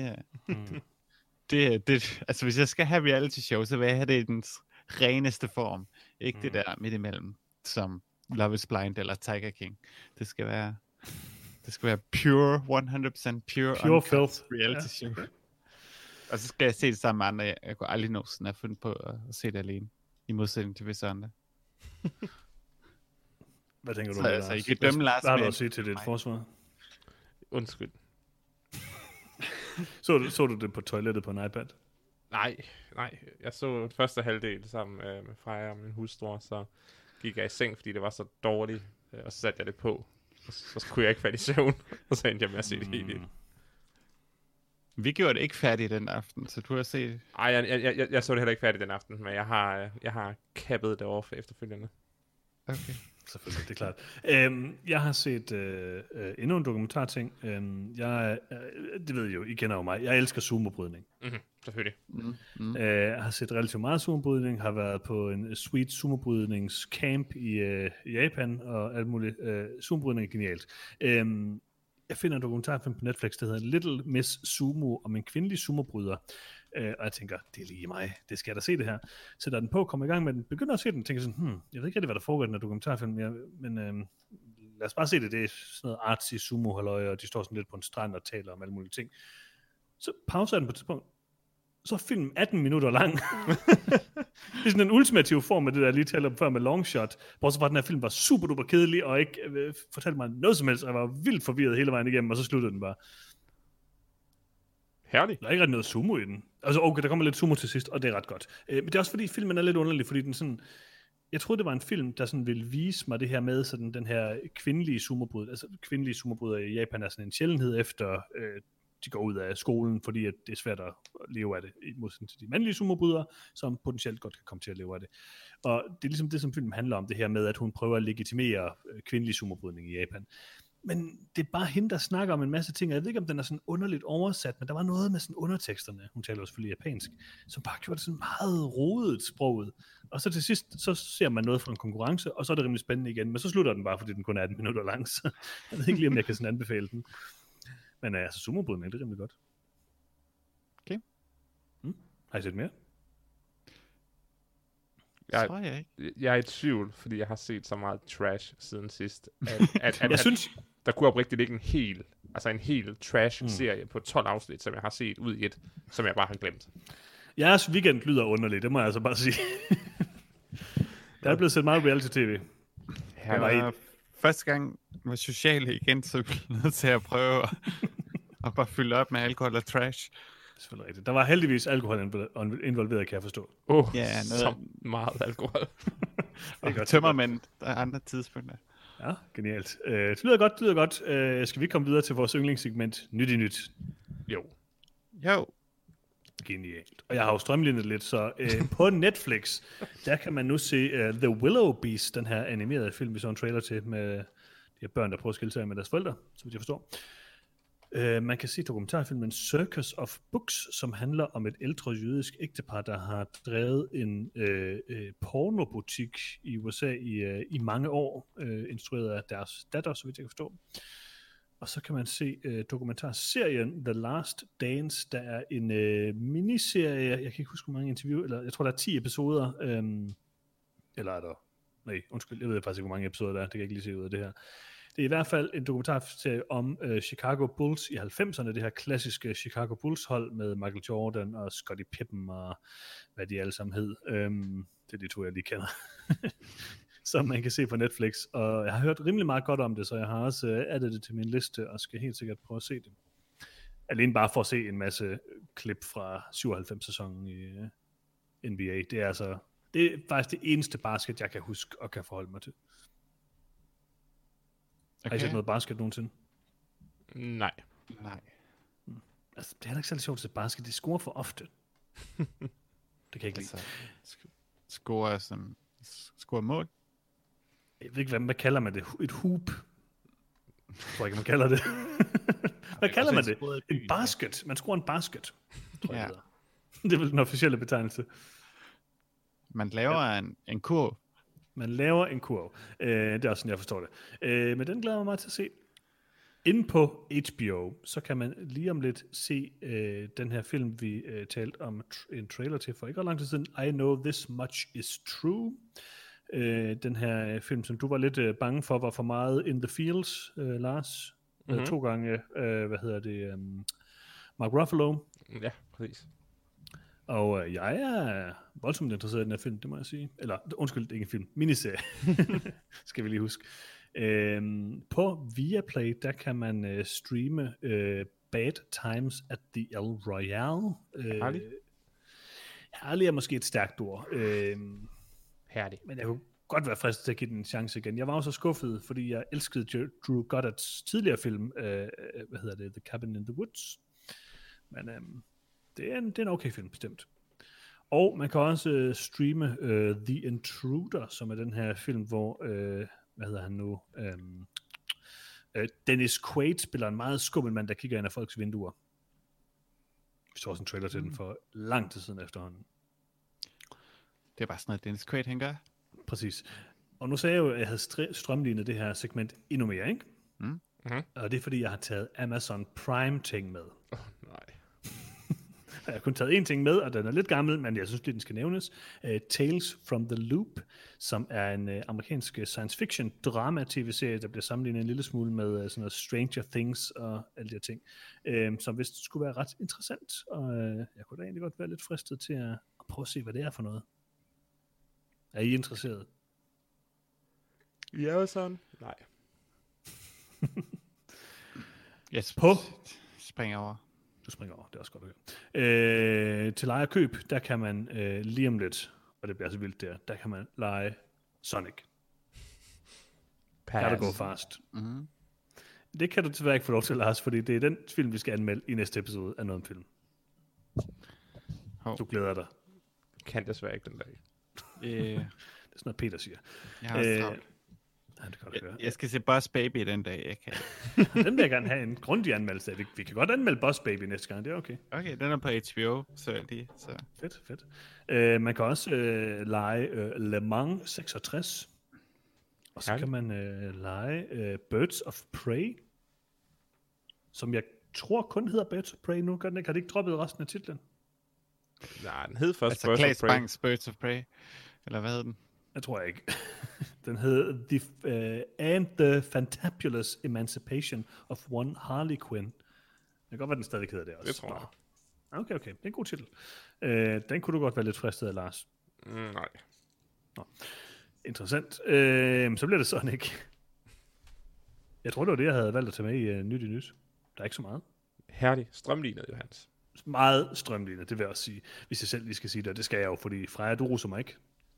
Altså hvis jeg skal have reality show, så vil jeg have det i den reneste form. Ikke det der midt imellem, som Love is Blind eller Tiger King. Det skal være pure, 100% pure filth reality show. Og så skal jeg se det sammen med andre. Jeg kunne aldrig nå sådan at finde på at se det alene. I modsætning til visse andre. Hvad tænker du, Lars? I kan dømme Lars. Hvad har du at sige til dit forsvar? Undskyld. Så du det på toilettet på en iPad? Nej. Jeg så første halvdel sammen med Freja og min hustru, så gik jeg i seng, fordi det var så dårligt, og så satte jeg det på. Så kunne jeg ikke falde i søvn, og så endte jeg med at se det hele. Vi gjorde det ikke færdigt den aften, så du har set... Nej, jeg så det heller ikke færdigt den aften, men jeg har kappet det over for efterfølgende. Okay. Selvfølgelig, det er klart. Jeg har set endnu en dokumentarting. Det ved I jo, I kender jo mig. Jeg elsker sumobrydning. Selvfølgelig. Jeg har set relativt meget sumobrydning, har været på en sweet sumobrydningscamp i Japan, og alt muligt. Sumobrydning er genialt. Jeg finder en dokumentarfilm på Netflix, der hedder Little Miss Sumo, om en kvindelig sumobryder. Og jeg tænker, det er lige mig, det skal jeg da se det her. Sætter den på, kommer i gang med den, begynder at se den, tænker sådan, jeg ved ikke rigtig, hvad der foregår i den her dokumentarfilm, men lad os bare se det. Det er sådan noget artsy sumo-halløj, og de står sådan lidt på en strand og taler om alle mulige ting. Så pauser den på et tidspunkt. Så er filmen 18 minutter lang. Det er sådan en ultimativ form af det, der lige talte om før med Longshot. Bortset fra, at den her film var super duper kedelig, og ikke fortalte mig noget som helst, og jeg var vildt forvirret hele vejen igennem, og så sluttede den bare. Herligt. Der er ikke ret noget sumo i den. Altså okay, der kommer lidt sumo til sidst, og det er ret godt. Men det er også fordi, filmen er lidt underlig, fordi den sådan... Jeg troede, det var en film, der sådan ville vise mig det her med sådan den her kvindelige sumobryder. Altså kvindelige sumobryder i Japan er sådan en sjældenhed efter... de går ud af skolen, fordi at det er svært at leve af det, i modsætning til de mandlige sumobrydere, som potentielt godt kan komme til at leve af det. Og det er ligesom det, som filmen handler om, det her med, at hun prøver at legitimere kvindelig sumobrydning i Japan. Men det er bare hende, der snakker om en masse ting, og jeg ved ikke, om den er sådan underligt oversat, men der var noget med sådan underteksterne, hun taler jo selvfølgelig japansk, som bare gjorde det sådan meget rodet sproget. Og så til sidst, så ser man noget fra en konkurrence, og så er det rimelig spændende igen, men så slutter den bare, fordi den kun er 18 minutter lang, så jeg ved ikke lige, om jeg kan sådan anbefale den. Men altså, sumobrydning, det er rimelig godt. Okay. Har I set mere? Jeg er i tvivl, fordi jeg har set så meget trash siden sidst. Jeg synes... Der kunne oprigtigt ligge en hel trash-serie på 12 afsnit, som jeg har set ud i et, som jeg bare har glemt. Jeres weekend lyder underligt, det må jeg altså bare sige. Der er blevet set meget reality-tv. Første gang var sociale igen, så blev jeg nødt til at prøve at bare fylde op med alkohol og trash. Selvfølgelig rigtigt. Der var heldigvis alkohol involveret, kan jeg forstå. Så meget alkohol. Og tømmermænd, der er andre tidspunkter. Ja, genialt. Det lyder godt. Skal vi komme videre til vores yndlingssegment, Nyt i Nyt? Jo. Jo. Genialt. Og jeg har jo strømlignet lidt, så på Netflix, der kan man nu se The Willow Beast, den her animerede film, vi så en trailer til, med de her børn, der prøver at skille sig med deres forældre, så vidt jeg forstår. Man kan se dokumentarfilmen Circus of Books, som handler om et ældre jødisk ægtepar, der har drevet en pornobutik i USA i mange år, instrueret af deres datter, så vidt jeg kan forstå. Og så kan man se dokumentarserien The Last Dance, der er en miniserie, jeg kan ikke huske, hvor mange interview, eller jeg tror, der er 10 episoder, eller er der, nej, undskyld, jeg ved faktisk ikke, hvor mange episoder der er, det kan jeg ikke lige se ud af det her. Det er i hvert fald en dokumentarserie om Chicago Bulls i 90'erne, det her klassiske Chicago Bulls hold med Michael Jordan og Scottie Pippen og hvad de alle sammen hed. Det er de to, jeg lige kender. Som man kan se på Netflix, og jeg har hørt rimelig meget godt om det, så jeg har også addet det til min liste, og skal helt sikkert prøve at se det. Alene bare for at se en masse klip fra 97-sæsonen i NBA. Det er faktisk det eneste basket, jeg kan huske og kan forholde mig til. Okay. Har I set noget basket nogensinde? Nej. Altså, det er ikke særlig sjovt til basket, de scorer for ofte. Det kan jeg ikke lide. Score mål? Jeg ved ikke, hvad kalder man det? Et hoop? Jeg tror ikke, man kalder det. Hvad kalder man det? En basket. Man scorer en basket, tror jeg, det er vel den officielle betegnelse. Man laver en kurv. Man laver en kurv. Det er også sådan, jeg forstår det. Men den glæder mig meget til at se. Inde på HBO, så kan man lige om lidt se den her film, vi talte om en trailer til for ikke ret lang tid siden. I Know This Much Is True. Den her film, som du var lidt bange for, var for meget in the fields, Lars. 2 gange, Mark Ruffalo. Ja, præcis. Og jeg er voldsomt interesseret i den her film, det må jeg sige. Eller, undskyld, det er ikke en film, miniserie, skal vi lige huske. På Viaplay, der kan man streame Bad Times at the El Royale. Herlig er måske et stærkt ord. Herlig. Men jeg kunne godt være fristet til at give den en chance igen. Jeg var også skuffet, fordi jeg elskede Drew Goddards tidligere film, The Cabin in the Woods. Men det er en okay film, bestemt. Og man kan også streame The Intruder, som er den her film, hvor, Dennis Quaid spiller en meget skummel mand, der kigger ind af folks vinduer. Vi så også en trailer til den for lang tid siden efterhånden. Det er bare sådan noget, Dennis Quaid, han gør. Præcis. Og nu sagde jeg jo, at jeg havde strømlignet det her segment endnu mere, ikke? Og det er fordi, jeg har taget Amazon Prime-ting med. Nej. Jeg har kun taget en ting med, og den er lidt gammel, men jeg synes, den skal nævnes. Tales from the Loop, som er en amerikansk science fiction drama-tv-serie, der bliver sammenlignet en lille smule med sådan noget Stranger Things og alle de her ting, som vist skulle være ret interessant, og jeg kunne da egentlig godt være lidt fristet til at prøve at se, hvad det er for noget. Er I interesseret? Ja, sådan. Nej. Yes, springer over. Du springer over, det er også godt at høre. Til leje og køb, der kan man lige om lidt, og det bliver så vildt der kan man lege Sonic. Kan det gå fast? Mm-hmm. Det kan du desværre ikke få lov til, Lars, fordi det er den film, vi skal anmelde i næste episode af noget om film. Du glæder dig. Kan desværre ikke den dag. Det er sådan noget, Peter siger. Jeg har også travlt. Jeg skal se Boss Baby den dag, jeg kan. Den vil jeg gerne have en grundig anmeldelse af. Vi kan godt anmelde Boss Baby næste gang, det er okay. Okay, den er på HBO, så. Fedt. Man kan også lege Le Mans 66. Og så kan man lege Birds of Prey, som jeg tror kun hedder Birds of Prey nu. Har det ikke droppet resten af titlen? Nej, den hed først Birds of Prey. Birds of Prey. Eller hvad hed den? Jeg tror ikke. Den hed The Fantabulous Emancipation of One Harley Quinn. Det kan godt være, den stadig hedder det også. Det tror jeg. Okay. Det er en god titel. Den kunne du godt være lidt fristet af, Lars. Nej. Nå. Interessant. Så bliver det sådan ikke. Jeg tror, det var det, jeg havde valgt at tage med i Nyt i Nyt. Der er ikke så meget. Herlig. Strømlignet, Johannes. Meget strømlignet, det vil jeg også sige. Hvis jeg selv lige skal sige det, og det skal jeg jo, fordi Freja, du roser mig ikke.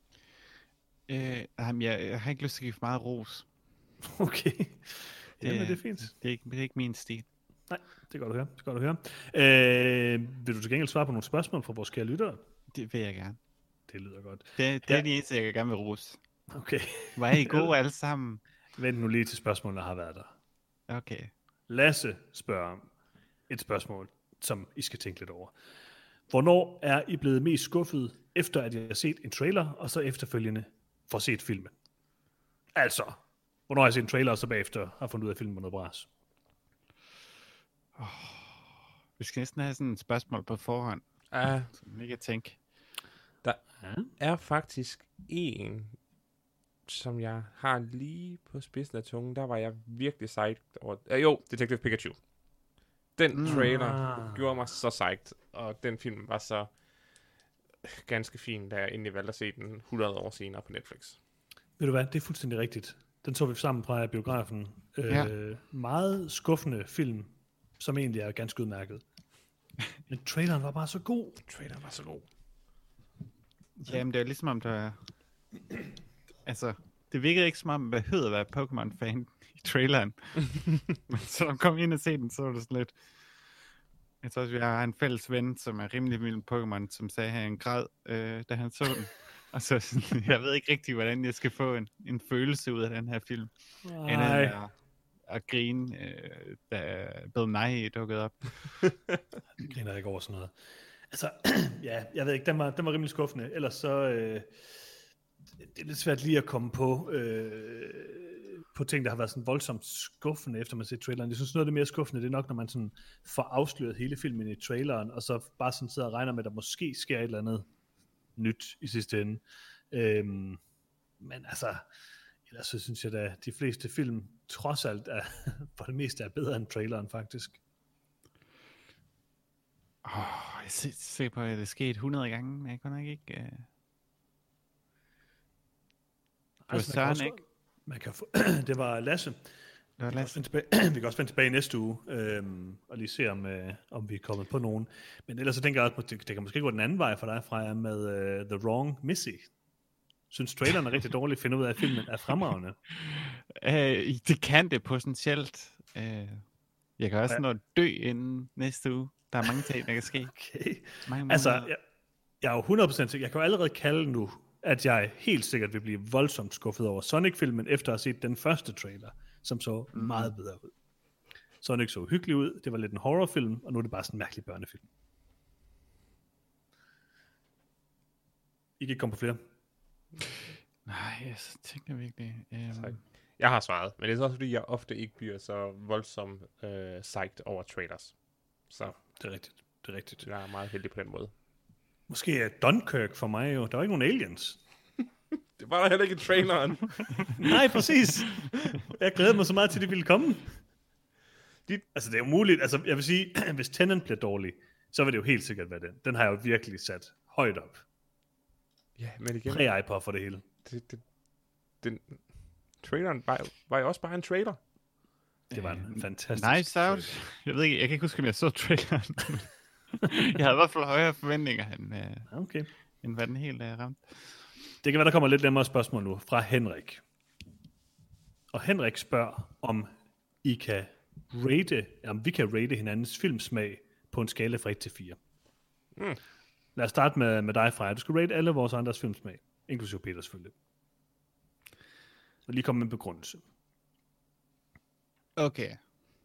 Jeg har ikke lyst til at give for meget ros. Okay. Jamen, det er fint. Det er ikke min stil. Nej, det kan du høre. Vil du til gengæld svare på nogle spørgsmål fra vores kære lyttere? Det vil jeg gerne. Det lyder godt. Det er de eneste, jeg gerne vil rose. Okay. Hvor er I gode alle sammen? Vent nu lige til spørgsmålene har været der. Okay. Lasse spørger et spørgsmål, som I skal tænke lidt over. Hvornår er I blevet mest skuffet, efter at I har set en trailer, og så efterfølgende får set filmen? Altså, hvornår har I set en trailer, og så bagefter har fundet ud af, at filmen var noget bras? Vi skal næsten have sådan et spørgsmål på forhånd, som vi kan tænke. Der er faktisk en, som jeg har lige på spidsen af tungen. Der var jeg virkelig psyched over. Jo, Detective Pikachu. Den trailer gjorde mig så psyched, og den film var så ganske fin, da jeg egentlig valgte at se den 100 år senere på Netflix. Ved du hvad, det er fuldstændig rigtigt. Den så vi sammen fra biografen. Meget skuffende film, som egentlig er ganske udmærket. Men traileren var bare så god. Jamen, det er ligesom om, der altså, det virkede ikke som om, man behøvede at være Pokémon-fan i traileren. Men så når man kom ind og se den, så var det sådan lidt... Jeg tror også, vi har en fælles ven, som er rimelig vild med Pokémon, som sagde, at han græd, da han så den. Og så jeg ved ikke rigtig, hvordan jeg skal få en følelse ud af den her film. End at grine, da Bill Nighy dukkede op. Jeg griner ikke over sådan noget. Altså, ja, jeg ved ikke, den var rimelig skuffende. Ellers så, det er lidt svært lige at komme på ting, der har været sådan voldsomt skuffende, efter man ser traileren. Jeg synes, noget af det mere skuffende, det er nok, når man sådan får afsløret hele filmen i traileren, og så bare sådan sidder og regner med, at der måske sker et eller andet nyt i sidste ende. Men altså, ellers så synes jeg da, de fleste film trods alt er, for det meste er bedre end traileren faktisk. Jeg ser på, at det er sket 100 gange, men jeg kunne nok ikke... Det var Søren, ikke? Man kan få, det var Lasse. Det var Lasse. Vi kan også vende tilbage næste uge, og lige se, om vi er kommet på nogen. Men ellers så tænker jeg også, det kan måske gå den anden vej for dig, Freja, med The Wrong Missy. Synes traileren er rigtig dårlig, finder ud af, at filmen er fremragende? Det kan det potentielt. Jeg kan også nå at dø inden næste uge. Der er mange ting, der kan ske. Okay. Altså, jeg er jo 100% sikker. Jeg kan jo allerede kalde nu, at jeg helt sikkert vil blive voldsomt skuffet over Sonic-filmen, efter at have set den første trailer, som så meget bedre ud. Sonic så hyggelig ud, det var lidt en horrorfilm, og nu er det bare sådan en mærkelig børnefilm. I kan ikke komme på flere? Nej, jeg tænker virkelig... Jeg har svaret, men det er også fordi, jeg ofte ikke bliver så voldsomt psyched over trailers. Så det er rigtigt. Jeg er meget heldig på den måde. Måske er Dunkirk for mig jo. Der var ikke nogen aliens. Det var der heller ikke i traileren. Nej, præcis. Jeg glæder mig så meget til, at det ville komme. Altså, det er jo muligt. Altså, jeg vil sige, hvis Tenet bliver dårlig, så vil det jo helt sikkert være den. Den har jeg jo virkelig sat højt op. Ja, men igen... Præ-iPod for det hele. Traileren var jo også bare en trailer. Det var en fantastisk nice out. Jeg ved ikke, jeg kan ikke huske, om jeg så traileren. Jeg havde i hvert fald højere forventninger, end hvad den helt er ramt. Det kan være, der kommer lidt nemmere spørgsmål nu fra Henrik. Og Henrik spørger, om vi kan rate hinandens filmsmag på en skala fra 1 til 4. Lad os starte med dig, Freja. Du skal rate alle vores andres filmsmag, inklusive Peter selvfølgelig. Og lige komme med en begrundelse. Okay.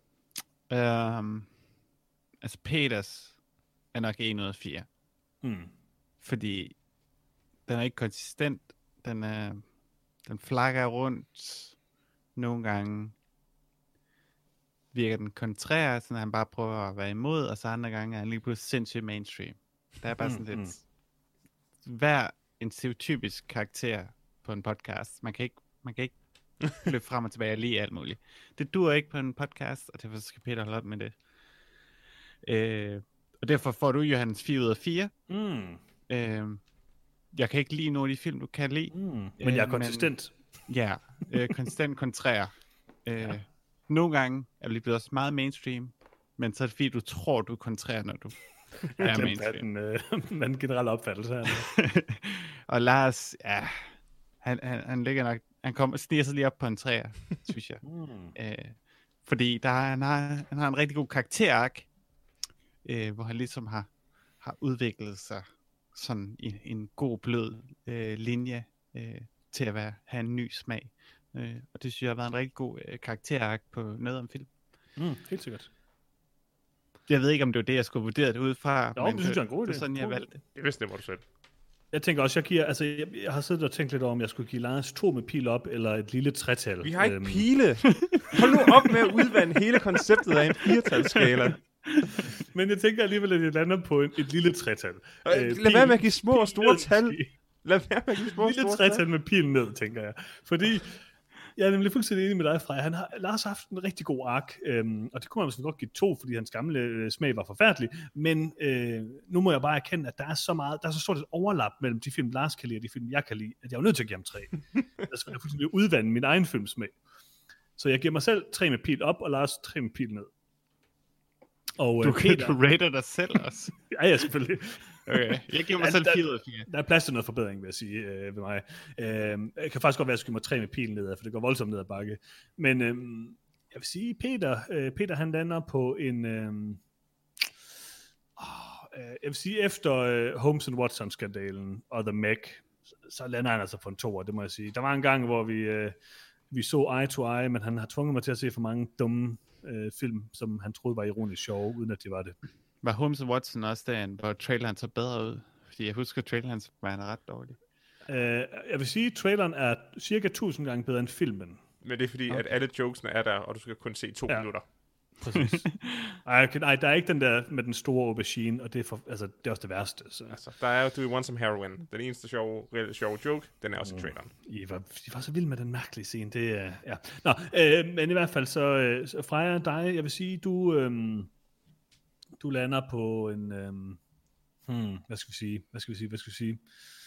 Altså Peters er nok 1 ud af 4. Fordi den er ikke konsistent. Den flakker rundt. Nogle gange virker den kontrær, så han bare prøver at være imod, og så andre gange er han lige pludselig sindssygt mainstream. Der er bare sådan lidt... Hver en stereotypisk karakter på en podcast. Man kan ikke løbe frem og tilbage og lige alt muligt. Det dur ikke på en podcast, og derfor skal Peter holde op med det. Og derfor får du, Johannes, 4 ud af 4. Jeg kan ikke lide nogle af de film, du kan lide. Men jeg er konsistent. Konsistent kontrær. Nogle gange er det blevet også meget mainstream, men så er det fordi, du tror, du er kontrær, når du er mainstream. Men generel opfattelse her. Og Lars, ja, han ligger nok, han sniger sig lige op på en 3'er, synes jeg. Fordi han har en rigtig god karakterark, hvor han ligesom har udviklet sig sådan en god blød linje til at have en ny smag. Og det synes jeg har været en rigtig god karakterark på noget om film. Helt sikkert. Jeg ved ikke, om det var det, jeg skulle vurdere det ud fra. Jo, men det synes jeg er en god idé. Det er sådan, jeg valgte det. Det bestemmer du selv. Jeg tænker også, jeg har siddet og tænkt lidt over, om jeg skulle give Lars 2 med pil op, eller et lille tretal. Vi har ikke pile. Hold nu op med at udvande hele konceptet af en 4-talsskala. Men jeg tænker alligevel, at jeg lander på et lille tretal. Lad være med at give små og store tal. Lad være med at give små og store tal. Lille tretal med pilen ned, tænker jeg. Fordi jeg er nemlig fuldstændig enig med dig, Freja. Lars har haft en rigtig god ark, og det kunne man måske godt give 2, fordi hans gamle smag var forfærdelig. Men nu må jeg bare erkende, at der er så stort et overlap mellem de film, Lars kan lide, og de film, jeg kan lide, at jeg er nødt til at give ham 3. Der skal jeg fuldstændig udvande min egen filmsmag. Så jeg giver mig selv 3 med pil op, og Lars 3 med pil ned. Og, du rater dig selv også. Ja, selvfølgelig. Okay. Jeg giver mig selv 4 ud af 4. Der er plads til noget forbedring, vil jeg sige, ved mig. Jeg kan faktisk godt være, at jeg skal mig 3 med pilen nedad, for det går voldsomt ned ad bakke. Men jeg vil sige, Peter han lander på en... jeg vil sige, efter Holmes & Watson-skandalen og The Meg, så lander han altså på en 2'er, det må jeg sige. Der var en gang, hvor vi så Eye to Eye, men han har tvunget mig til at se for mange dumme film, som han troede var ironisk sjove, uden at det var det. Var Holmes & Watson også derinde, hvor traileren så bedre ud? Fordi jeg husker, at traileren var ret dårlig. Jeg vil sige, at traileren er cirka 1000 gange bedre end filmen. Men det er fordi, at alle jokesene er der, og du skal kun se 2 minutter. Præcis. Nej, der er ikke den der med den store aubergine, og det er, det er også det værste. Så. Altså, der er jo Do You Want Some Heroin. Den eneste sjove joke, den er også i traileren. I var så vilde med den mærkelige scene. Det ja. Nå, men i hvert fald så Freja, dig, jeg vil sige, du lander på en... Hvad skal vi sige?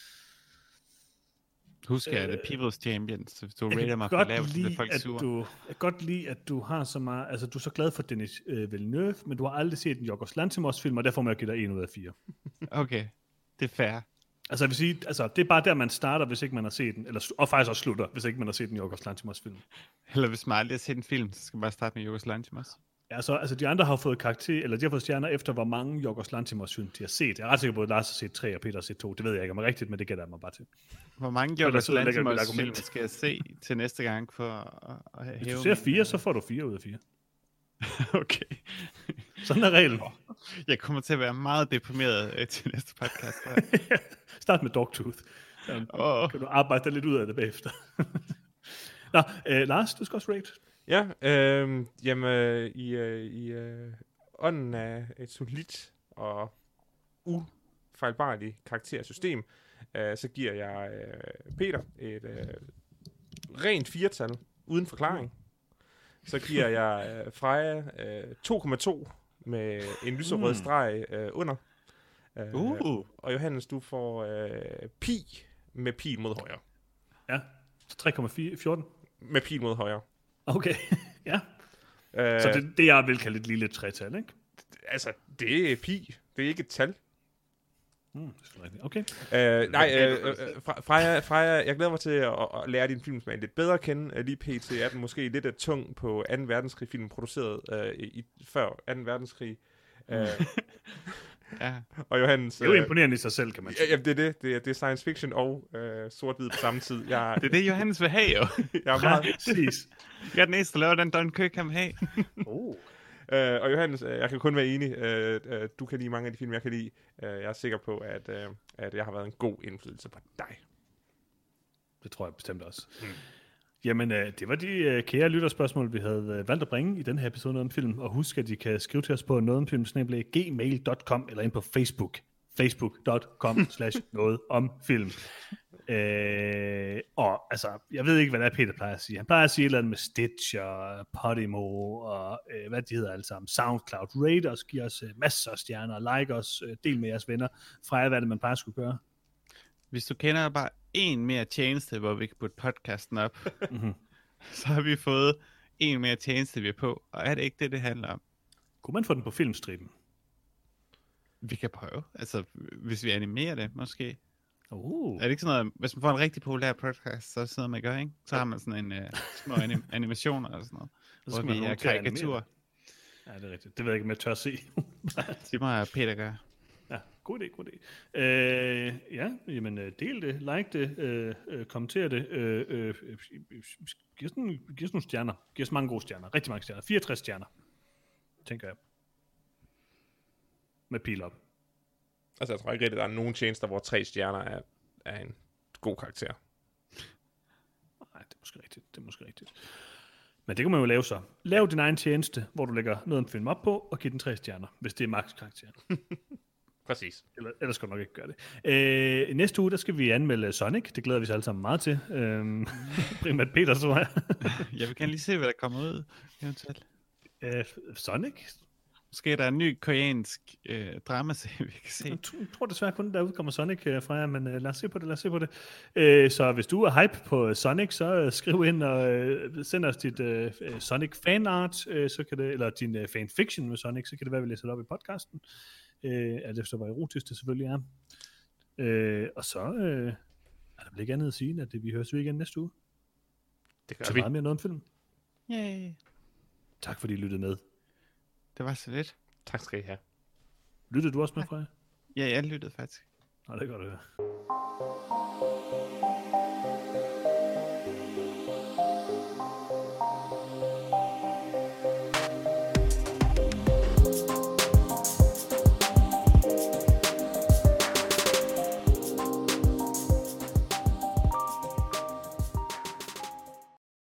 Husk, at det er People's Champions, hvis du rater mig for lavt, så bliver folk sure. Jeg kan godt lide, at du har så meget... Altså, du er så glad for Denis Villeneuve, men du har aldrig set en Yorgos Lanthimos-film, og derfor må jeg give dig 1 ud af 4. Okay, det er fair. Altså, jeg vil sige, det er bare der, man starter, hvis ikke man har set den, og faktisk også slutter, hvis ikke man har set en Yorgos Lanthimos-film. Eller hvis man aldrig har set en film, så skal man bare starte med Yorgos Lanthimos. Ja, altså de andre har fået karakter, eller de har fået stjerner efter, hvor mange Yorgos Lanthimos-film de har set. Jeg er ret sikker på, at Lars har set 3, og Peter har set 2. Det ved jeg ikke om er rigtigt, men det gætter jeg mig bare til. Hvor mange Yorgos Lanthimos-film skal jeg se til næste gang for at hæve? Hvis du ser 4, så får du 4 ud af 4. Okay. Sådan er reglen. Jeg kommer til at være meget deprimeret til næste podcast. Start med Dogtooth. Kan du arbejde dig lidt ud af det bagefter. Nå, Lars, du skal også rate. Ja, jamen i ånden af et solidt og ufejlbarligt karaktersystem, så giver jeg Peter et rent 4-tal uden forklaring. Så giver jeg Freja 2,2 med en lyserød streg under. Og Johannes, du får pi med pil mod højre. Ja, 3,14 med pil mod højre. Okay, ja. Så det jeg vil kalde et lille tretal, ikke? Altså, det er pi. Det er ikke et tal. Okay. Freja, jeg glæder mig til at lære din filmsmag lidt bedre at kende. Lige pt. Er den måske lidt tung på 2. verdenskrig-film, produceret før 2. verdenskrig. Ja. Og Johannes... Det er jo imponerende i sig selv, kan man sige. Ja, det er science fiction og sort-hvid på samme tid. Det er det, Johannes vil have, jo. Jeg er meget præcis. Jeg er den eneste, der laver den Dunkirk, han vil have. Og Johannes, jeg kan kun være enig. Du kan lide mange af de film, jeg kan lide. Jeg er sikker på, at jeg har været en god indflydelse på dig. Det tror jeg bestemt også. Jamen, det var de kære lytterspørgsmål, vi havde valgt at bringe i den her episode Noget om Film. Og husk, at I kan skrive til os på nogetomfilm@gmail.com eller ind på Facebook. facebook.com/nogetomfilm. Og altså, jeg ved ikke, hvad det er, Peter plejer at sige. Han plejer at sige et eller andet med Stitch og Podimo og hvad de hedder alle sammen. SoundCloud. Rate os, giv os masser af stjerner, like os, del med jeres venner. Freja, hvad det man plejer at skulle gøre? Hvis du kender bare en mere tjeneste, hvor vi kan putte podcasten op, så har vi fået en mere tjeneste, vi er på. Og er det ikke det handler om? Kunne man få den på filmstriben? Vi kan prøve. Altså, hvis vi animerer det, måske. Er det ikke sådan noget, hvis man får en rigtig populær podcast, så er det sådan noget, man gør, ikke? Så har man sådan en små animationer og sådan noget, hvor vi er karikatur. Ja, det er rigtigt. Det ved jeg ikke, om jeg tør at se. Det må Peter gøre. Ja, god idé. Ja, jamen del det, like det, kommenter det, giv os nogle stjerner. Giv os mange gode stjerner. Rigtig mange stjerner. 64 stjerner, tænker jeg. Med pil op. Altså, jeg tror ikke rigtig, der er nogen tjenester, hvor 3 stjerner er en god karakter. Nej, det er måske rigtigt. Men det kan man jo lave så. Lav din egen tjeneste, hvor du lægger noget om film op på, og giv den 3 stjerner, hvis det er max-karakteren. Præcis. Ellers skal du nok ikke gøre det. Næste uge, der skal vi anmelde Sonic. Det glæder vi os alle sammen meget til. Primært Peter, tror jeg. Jeg vil gerne lige se, hvad der kommer ud, eventuelt. Sonic? Måske er der en ny koreansk dramaserie, vi kan se. Jeg tror desværre kun, der udkommer Sonic fra jer, men lad os se på det. Så hvis du er hype på Sonic, så skriv ind og send os dit Sonic fanart, så kan det, eller din fanfiction med Sonic, så kan det være, vi læser det op i podcasten. Det så var erotisk, det selvfølgelig er. Og så er der vel ikke andet at sige, at vi høres igen næste uge. Det gør så vi. Meget mere noget om film. Yay. Tak fordi I lyttede med. Det var så lidt. Tak skal I have. Lyttede du også med, Freja? Ja, jeg lyttede faktisk. Nå, det er godt at høre.